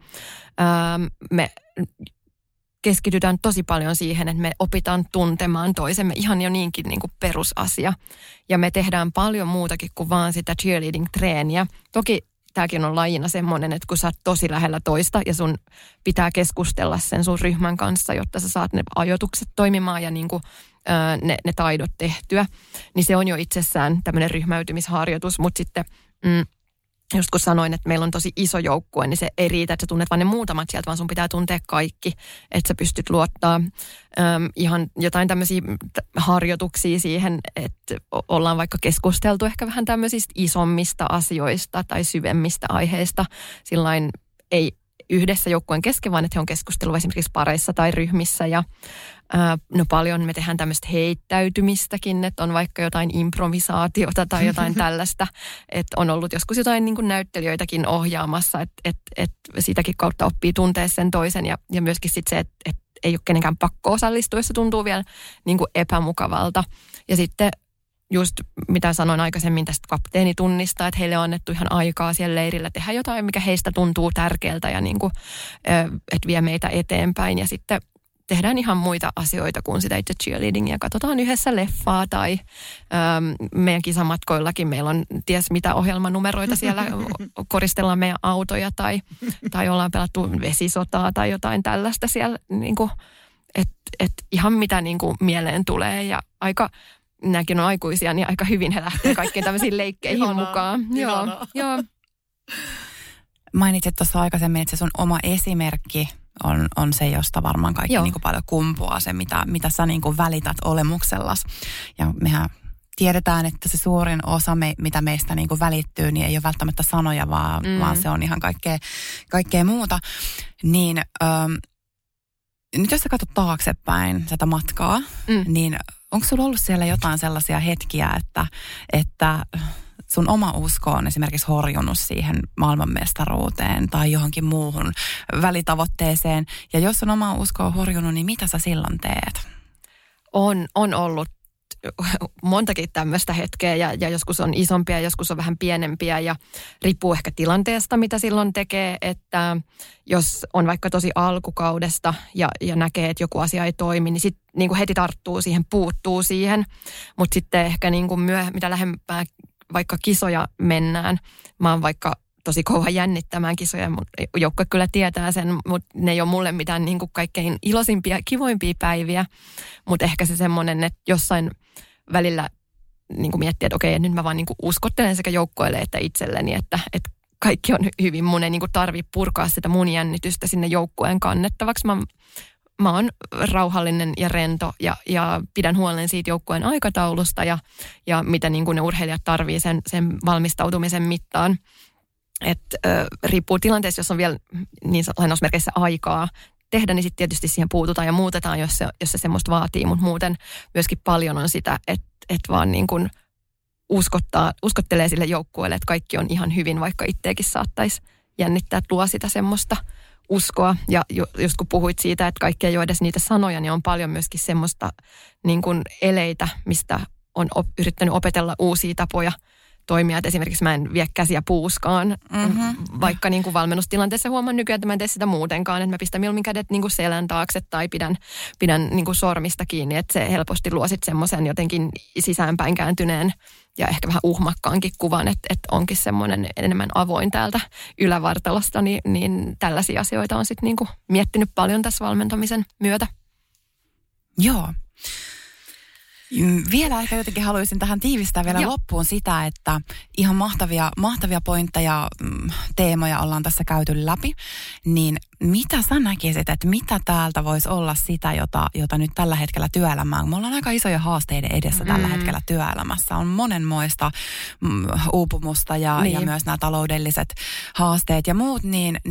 Me keskitytään tosi paljon siihen, että me opitaan tuntemaan toisemme ihan jo niinkin niin kuin perusasia. Ja me tehdään paljon muutakin kuin vaan sitä cheerleading-treeniä. Toki tämäkin on lajina semmoinen, että kun sä oot tosi lähellä toista ja sun pitää keskustella sen sun ryhmän kanssa, jotta sä saat ne ajoitukset toimimaan ja niin kuin, ne taidot tehtyä, niin se on jo itsessään tämmöinen ryhmäytymisharjoitus, mutta sitten just kun sanoin, että meillä on tosi iso joukkue, niin se ei riitä, että sä tunnet vaan ne muutamat sieltä, vaan sun pitää tuntea kaikki, että sä pystyt luottaa ihan jotain tämmöisiä harjoituksia siihen, että ollaan vaikka keskusteltu ehkä vähän tämmöisistä isommista asioista tai syvemmistä aiheista, sillain ei yhdessä joukkueen kesken, vaan että he on keskustellut esimerkiksi pareissa tai ryhmissä ja no paljon me tehdään tämmöistä heittäytymistäkin, että on vaikka jotain improvisaatiota tai jotain tällaista, että on ollut joskus jotain niin kuin näyttelijöitäkin ohjaamassa, että sitäkin kautta oppii tuntea sen toisen ja myöskin sitten se, että ei ole kenenkään pakko osallistua, jos se tuntuu vielä niin kuin epämukavalta. Ja sitten just mitä sanoin aikaisemmin tästä kapteenitunnista, että heille on annettu ihan aikaa siellä leirillä tehdä jotain, mikä heistä tuntuu tärkeältä ja niin kuin, että vie meitä eteenpäin ja sitten tehdään ihan muita asioita kuin sitä itse cheerleadingia. Katsotaan yhdessä leffaa tai meidän kisamatkoillakin meillä on ties mitä ohjelmanumeroita siellä, koristellaan meidän autoja tai ollaan pelattu vesisotaa tai jotain tällaista siellä. Niin että ihan mitä niin kuin mieleen tulee ja aika, nämäkin on aikuisia, niin aika hyvin he lähtee kaikkiin tämmöisiin leikkeihin mukaan. Joo.
Mainitsit tuossa aikaisemmin, että se sun oma esimerkki on se, josta varmaan kaikki niin kuin paljon kumpuaa, se mitä sä niin kuin välität olemuksellas. Ja mehän tiedetään, että se suurin osa, mitä meistä niin kuin välittyy, niin ei ole välttämättä sanoja, vaan se on ihan kaikkea muuta. Niin nyt jos sä katsot taaksepäin tätä matkaa, niin onko sulla ollut siellä jotain sellaisia hetkiä, että sun oma usko on esimerkiksi horjunut siihen maailmanmestaruuteen tai johonkin muuhun välitavoitteeseen. Ja jos sun oma usko on horjunut, niin mitä sä silloin teet?
On ollut montakin tämmöistä hetkeä ja joskus on isompia, joskus on vähän pienempiä ja riippuu ehkä tilanteesta, mitä silloin tekee, että jos on vaikka tosi alkukaudesta ja näkee, että joku asia ei toimi, niin sitten niin kuin heti tarttuu siihen, puuttuu siihen, mutta sitten ehkä niin kuin mitä lähempää vaikka kisoja mennään, mä oon vaikka tosi kova jännittämään kisoja, joukkue kyllä tietää sen, mutta ne ei ole mulle mitään niin kuin kaikkein iloisimpia, kivoimpia päiviä, mutta ehkä se semmoinen, että jossain välillä niin kuin miettii, että okei, nyt mä vaan niin kuin uskottelen sekä joukkueelle että itselleni, että kaikki on hyvin. Mun ei niin kuin tarvitse purkaa sitä mun jännitystä sinne joukkueen kannettavaksi. Mä oon rauhallinen ja rento ja pidän huolen siitä joukkueen aikataulusta ja mitä niin kuin ne urheilijat tarvii sen valmistautumisen mittaan. Että riippuu tilanteessa, jos on vielä niin lainausmerkeissä aikaa tehdä, niin sitten tietysti siihen puututaan ja muutetaan, jos se semmoista vaatii. Mutta muuten myöskin paljon on sitä, että vaan niin kuin uskottelee sille joukkueelle, että kaikki on ihan hyvin, vaikka itseäkin saattaisi jännittää, että luo sitä semmoista uskoa. Ja just kun puhuit siitä, että kaikki ei ole edes niitä sanoja, niin on paljon myöskin semmoista niin kuin eleitä, mistä on yrittänyt opetella uusia tapoja toimia. Että esimerkiksi mä en vie käsiä puuskaan, vaikka niin kuin valmennustilanteessa huomaan nykyään, että mä en tee sitä muutenkaan. Että mä pistän mieluummin kädet niin kuin selän taakse tai pidän niin kuin sormista kiinni. Että se helposti luo sitten semmoisen jotenkin sisäänpäin kääntyneen ja ehkä vähän uhmakkaankin kuvan, että onkin semmoinen enemmän avoin täältä ylävartalosta. Niin tällaisia asioita on sitten niin kuin miettinyt paljon tässä valmentamisen myötä.
Joo. Vielä ehkä jotenkin haluaisin tähän tiivistää vielä loppuun sitä, että ihan mahtavia pointteja, teemoja ollaan tässä käyty läpi. Niin mitä sä näkisit, että mitä täältä voisi olla sitä, jota nyt tällä hetkellä työelämään? Me ollaan aika isoja haasteiden edessä tällä hetkellä työelämässä. On monenmoista uupumusta ja myös nämä taloudelliset haasteet ja muut.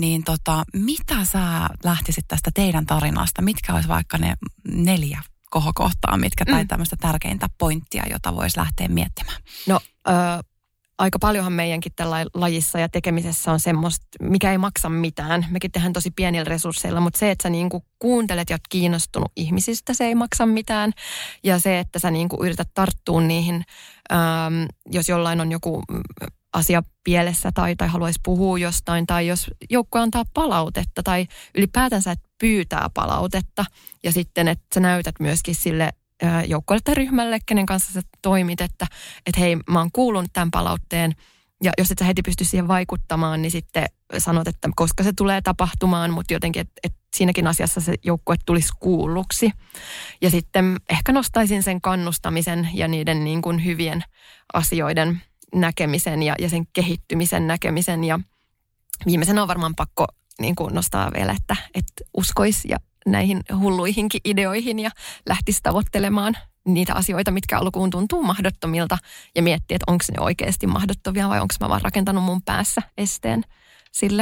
Mitä sä lähtisit tästä teidän tarinasta? Mitkä olisi vaikka ne 4 kohokohtaa, mitkä tai tämmöistä tärkeintä pointtia, jota voisi lähteä miettimään?
No, aika paljonhan meidänkin tällä lajissa ja tekemisessä on semmoista, mikä ei maksa mitään. Mekin tehdään tosi pienillä resursseilla, mutta se, että sä niinku kuuntelet ja oot kiinnostunut ihmisistä, se ei maksa mitään. Ja se, että sä niinku yrität tarttua niihin, jos jollain on joku asia pielessä tai haluaisi puhua jostain, tai jos joukkue antaa palautetta tai ylipäätänsä, että pyytää palautetta ja sitten, että sä näytät myöskin sille joukkueelle tai ryhmälle, kenen kanssa sä toimit, että hei, mä oon kuullut tämän palautteen ja jos et sä heti pysty siihen vaikuttamaan, niin sitten sanot, että koska se tulee tapahtumaan, mutta jotenkin, että siinäkin asiassa se joukkue tulisi kuulluksi. Ja sitten ehkä nostaisin sen kannustamisen ja niiden niin kuin hyvien asioiden näkemisen ja sen kehittymisen näkemisen. Ja viimeisenä on varmaan pakko niin kuin nostaa vielä, että uskoisi ja näihin hulluihinkin ideoihin ja lähtisi tavoittelemaan niitä asioita, mitkä alkuun tuntuu mahdottomilta ja miettiä, että onko ne oikeasti mahdottomia vai onko mä vaan rakentanut mun päässä esteen sille.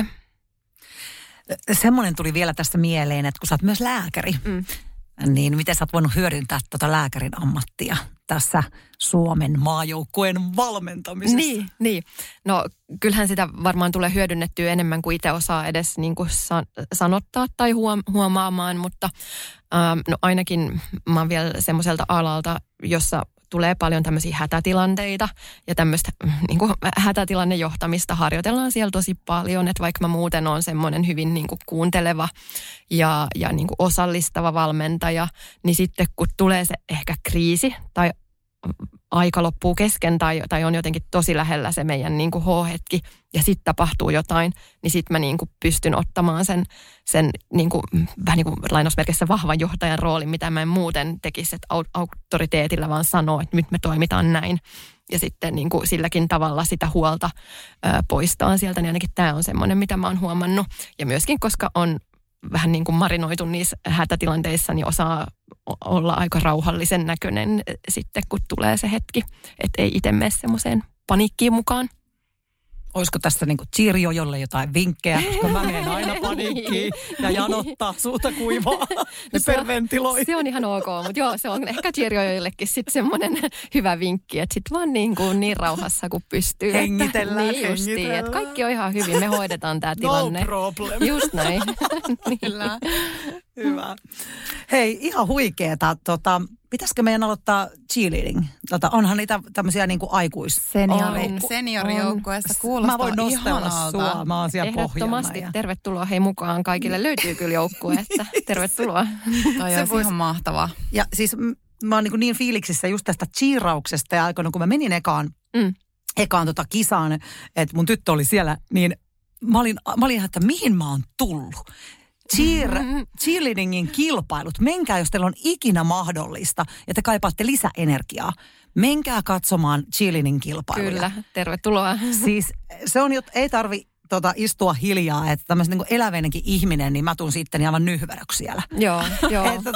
Semmoinen tuli vielä tässä mieleen, että kun sä oot myös lääkäri, niin miten sä oot voinut hyödyntää tuota lääkärin ammattia tässä Suomen maajoukkueen valmentamisessa?
Niin. No kyllähän sitä varmaan tulee hyödynnettyä enemmän kuin itse osaa edes niin kuin sanottaa tai huomaamaan, mutta no ainakin mä oon vielä semmoiselta alalta, jossa tulee paljon tämmöisiä hätätilanteita ja tämmöistä niin kuin hätätilannejohtamista harjoitellaan siellä tosi paljon, että vaikka mä muuten on semmoinen hyvin niin kuin kuunteleva ja niin kuin osallistava valmentaja, niin sitten kun tulee se ehkä kriisi tai aika loppuu kesken tai on jotenkin tosi lähellä se meidän niin kuin H-hetki ja sitten tapahtuu jotain, niin sitten mä niin kuin pystyn ottamaan sen niin kuin, vähän niin kuin lainausmerkissä vahvan johtajan roolin, mitä mä en muuten tekisi, että auktoriteetilla vaan sanoo, että nyt me toimitaan näin. Ja sitten niin kuin silläkin tavalla sitä huolta poistaa sieltä, niin ainakin tämä on semmoinen, mitä mä oon huomannut. Ja myöskin, koska on vähän niin kuin marinoitu niissä hätätilanteissa, niin osaa olla aika rauhallisen näköinen sitten, kun tulee se hetki. Että ei itse mene semmoiseen paniikkiin mukaan.
olisiko tässä niinku cheerjojolle jotain vinkkejä, koska mä menen aina paniikkiin ja janottaa suuta kuivaa ja perventiloi.
Se on ihan ok, mutta joo, se on ehkä cheerjojoillekin sitten semmoinen hyvä vinkki, että sitten vaan niin rauhassa kun pystyy.
Hengitellään,
niin justiin, että kaikki on ihan hyvin, me hoidetaan tämä tilanne.
No problem.
Just näin.
Kyllä. Hyvä. Hei, ihan huikeeta. Pitäisikö meidän aloittaa cheerleading? Onhan niitä tämmöisiä niin kuin
seniorijoukkueessa kuulostaa
mä voin nostella sua, mä oon siellä
ehdottomasti tervetuloa hei mukaan. Kaikille löytyy kyllä joukkue, että tervetuloa.
Toi olisi ihan mahtavaa.
Ja siis mä oon niin fiiliksissä just tästä cheerauksesta ja aikoina kun mä menin ekaan kisaan, että mun tyttö oli siellä, niin mä olin että mihin mä oon tullut? Cheerleadingin kilpailut. Menkää, jos teillä on ikinä mahdollista ja te kaipaatte lisäenergiaa. Menkää katsomaan cheerleading kilpailuja.
Kyllä, tervetuloa.
Siis se on, ei tarvi istua hiljaa, että tämmöisen niin eläveinenkin ihminen, niin mä tuun sitten aivan nyhveröksi siellä.
Joo.
Että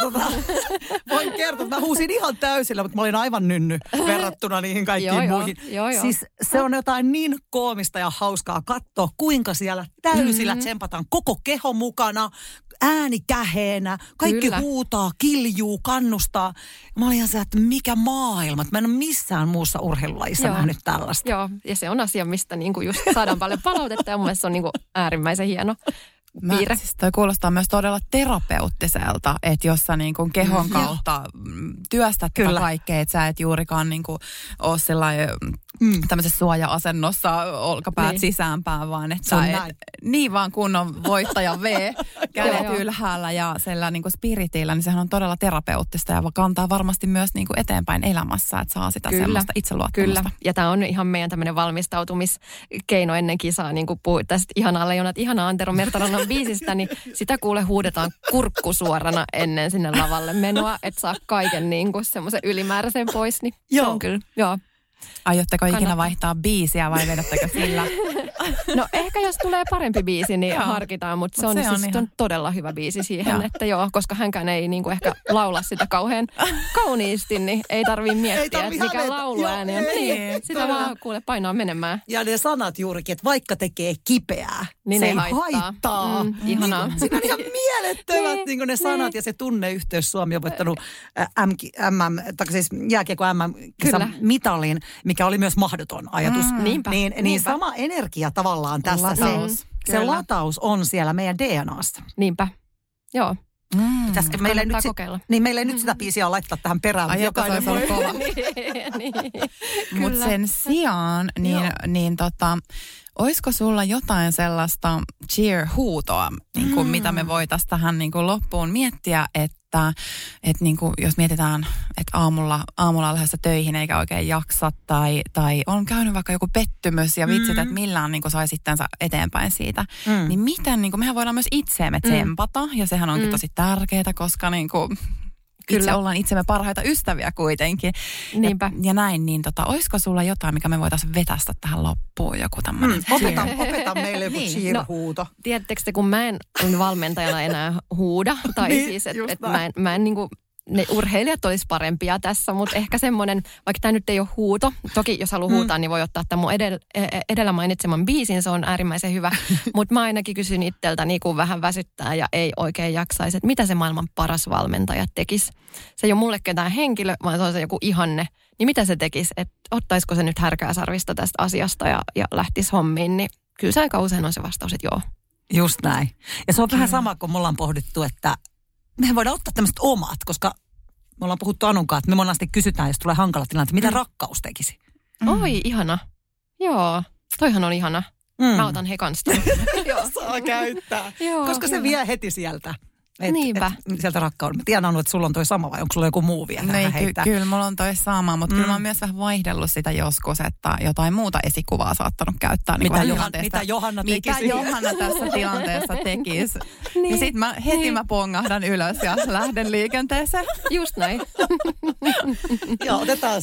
voin kertoa, että mä huusin ihan täysillä, mutta mä olin aivan nynny verrattuna niihin kaikkiin muihin.
Joo.
Siis se on jotain niin koomista ja hauskaa katsoa, kuinka siellä täysillä tsempataan koko keho mukana, ääni käheenä, kaikki huutaa, kiljuu, kannustaa. Mä olin ihan se, että mikä maailma, että mä en ole missään muussa urheilulajissa nähnyt tällaista.
Joo, ja se on asia, mistä niinku just saadaan paljon palautetta ja mun mielestä se on niinku äärimmäisen hieno piirre.
Siis toi kuulostaa myös todella terapeuttiselta, että jos sä niinku kehon kautta työstät tätä kaikkea, että sä et juurikaan niinku ole sellainen tämmöisessä suoja-asennossa olkapäät sisäänpäin, vaan että sä et, niin vaan kunnon voittaja V, kädet ylhäällä ja sillä niinku spiritillä, niin sehän on todella terapeuttista ja kantaa varmasti myös niinku eteenpäin elämässä, että saa sitä sellaista itseluottamusta.
Kyllä, ja tämä on ihan meidän tämmöinen valmistautumiskeino ennen kisaa, niin kuin puhuit tästä ihanaa Leijonat, ihanaa Antero Mertarannan biisistä, niin sitä kuule huudetaan kurkku suorana ennen sinne lavalle menoa, että saa kaiken niin kuin semmoisen ylimääräisen pois, niin se on kyllä, joo.
Aiotteko ikinä vaihtaa biisiä vai vedättekö sillä?
No ehkä jos tulee parempi biisi, niin harkitaan, mutta se on todella hyvä biisi siihen, että koska hänkään ei niinku ehkä laula sitä kauhean kauniisti, niin ei tarvii miettiä, että mikä lauluääni on. Niin, sitä vaan kuule painaa menemään.
Ja ne sanat juurikin, että vaikka tekee kipeää, niin se ei haittaa.
Ihanaa.
Siinä on ihan mielettömät niin ne sanat ja se tunneyhteys. Suomi on voittanut jääkiekko MM-kisan mitalin, mikä oli myös mahdoton ajatus.
Niinpä.
Niin sama energia tavallaan tässä. Se lataus on siellä meidän DNAssa.
Niinpä, joo.
Pitäisikö meillä nyt sitä biisiä laittaa tähän perään.
Jokainen voi kova. Mutta sen sijaan, olisiko sulla jotain sellaista cheer-huutoa, niin kuin mitä me voitaisiin tähän niin kuin loppuun miettiä, että niin kuin jos mietitään, että aamulla on lähdössä töihin eikä oikein jaksa tai on käynyt vaikka joku pettymys ja vitsit, että millään niin kuin sai sittensä eteenpäin siitä, niin miten, niin kuin mehän voidaan myös itseemme tsempata ja sehän onkin tosi tärkeää, koska niin kuin itse ollaan itsemme parhaita ystäviä kuitenkin.
Niinpä.
Ja näin, niin olisiko sulla jotain, mikä me voitaisiin vetästä tähän loppuun, joku tämmöinen
opeta meille joku cheer-huuto.
Tiedättekö te, kun mä en valmentajana enää huuda, tai niin, siis, että mä en niinku, ne urheilijat olisi parempia tässä, mutta ehkä semmoinen, vaikka tämä nyt ei ole huuto, toki jos haluaa huutaa, niin voi ottaa tämän mun edellä mainitseman biisin, se on äärimmäisen hyvä, mutta mä ainakin kysyn itseltäni, kun vähän väsyttää ja ei oikein jaksaisi, että mitä se maailman paras valmentaja tekisi. Se ei ole mulle ketään henkilö, vaan se on se joku ihanne, niin mitä se tekisi, että ottaisiko se nyt härkää sarvista tästä asiasta ja lähtisi hommiin, niin kyllä se aika usein on se vastaus, että joo.
Just näin. Ja se on vähän sama, kun me ollaan pohdittu, että mehän voidaan ottaa tämmöiset omat, koska me ollaan puhuttu Anunkaan, että me monasti kysytään, jos tulee hankala tilanne, että mitä rakkaus tekisi.
Oi, ihana. Joo, toihan on ihana. Mä otan he kanssa.
Saa käyttää,
joo,
koska se vie heti sieltä.
Niinpä.
Sieltä rakkauden. Mä tiedän, että sulla on toi sama vai onko sulla joku muu vielä heittää?
Kyllä, mulla on toi sama, mutta kyllä mä oon myös vähän vaihdellut sitä joskus, että jotain muuta esikuvaa saattanut käyttää.
Mitä Johanna tekisi?
Mitä Johanna tässä tilanteessa tekisi. Niin. Ja sit mä pongahdan ylös ja lähden liikenteeseen.
Just näin.
Joo, otetaan se.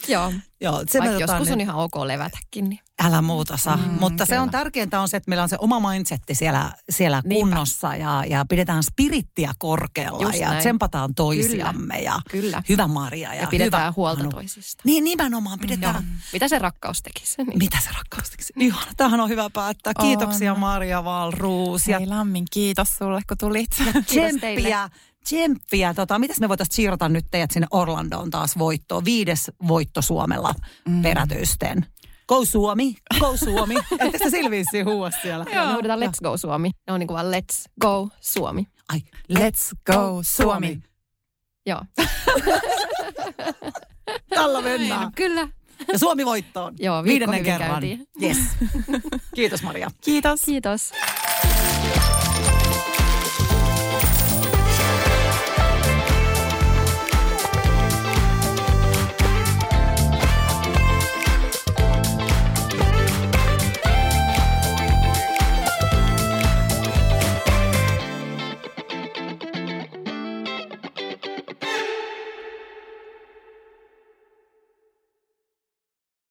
Joo.
Joo,
vaikka joskus on ihan ok levätäkin. Niin.
Älä muuta saa. Mutta se
kyllä.
on tärkeintä on se, että meillä on se oma mindsetti siellä kunnossa ja pidetään spirittiä korkealla.
Just
ja
näin.
tsempataan toisiamme.
Kyllä.
Hyvä Maria ja
pidetään
hyvä
huolta
Anu.
toisista.
Niin, nimenomaan pidetään.
Mitä se rakkaus tekisi? Niin.
Mitä se rakkaus tekisi? Ihana, tämähän on hyvä päättää. Kiitoksia Maria Wahlroos.
Hei Lammin, kiitos sulle kun tulit.
Tsemppiä. Mitäs me voitaisiin siirrata nyt teidät sinne Orlandoon taas voittoon? 5. voitto Suomella perätysten. Go Suomi, go Suomi. Etteikö sitä Silviissiin huua siellä?
Joo, me huudetaan Let's Go Suomi. Ne on niin kuin vaan Let's Go Suomi.
Ai,
Let's go Suomi.
Joo.
Tällä mennään.
Kyllä.
Ja Suomi voittoon.
Joo,
5.
viikko hyvin
kerran.
käyntiin.
Yes. Kiitos Maria.
Kiitos.
Kiitos.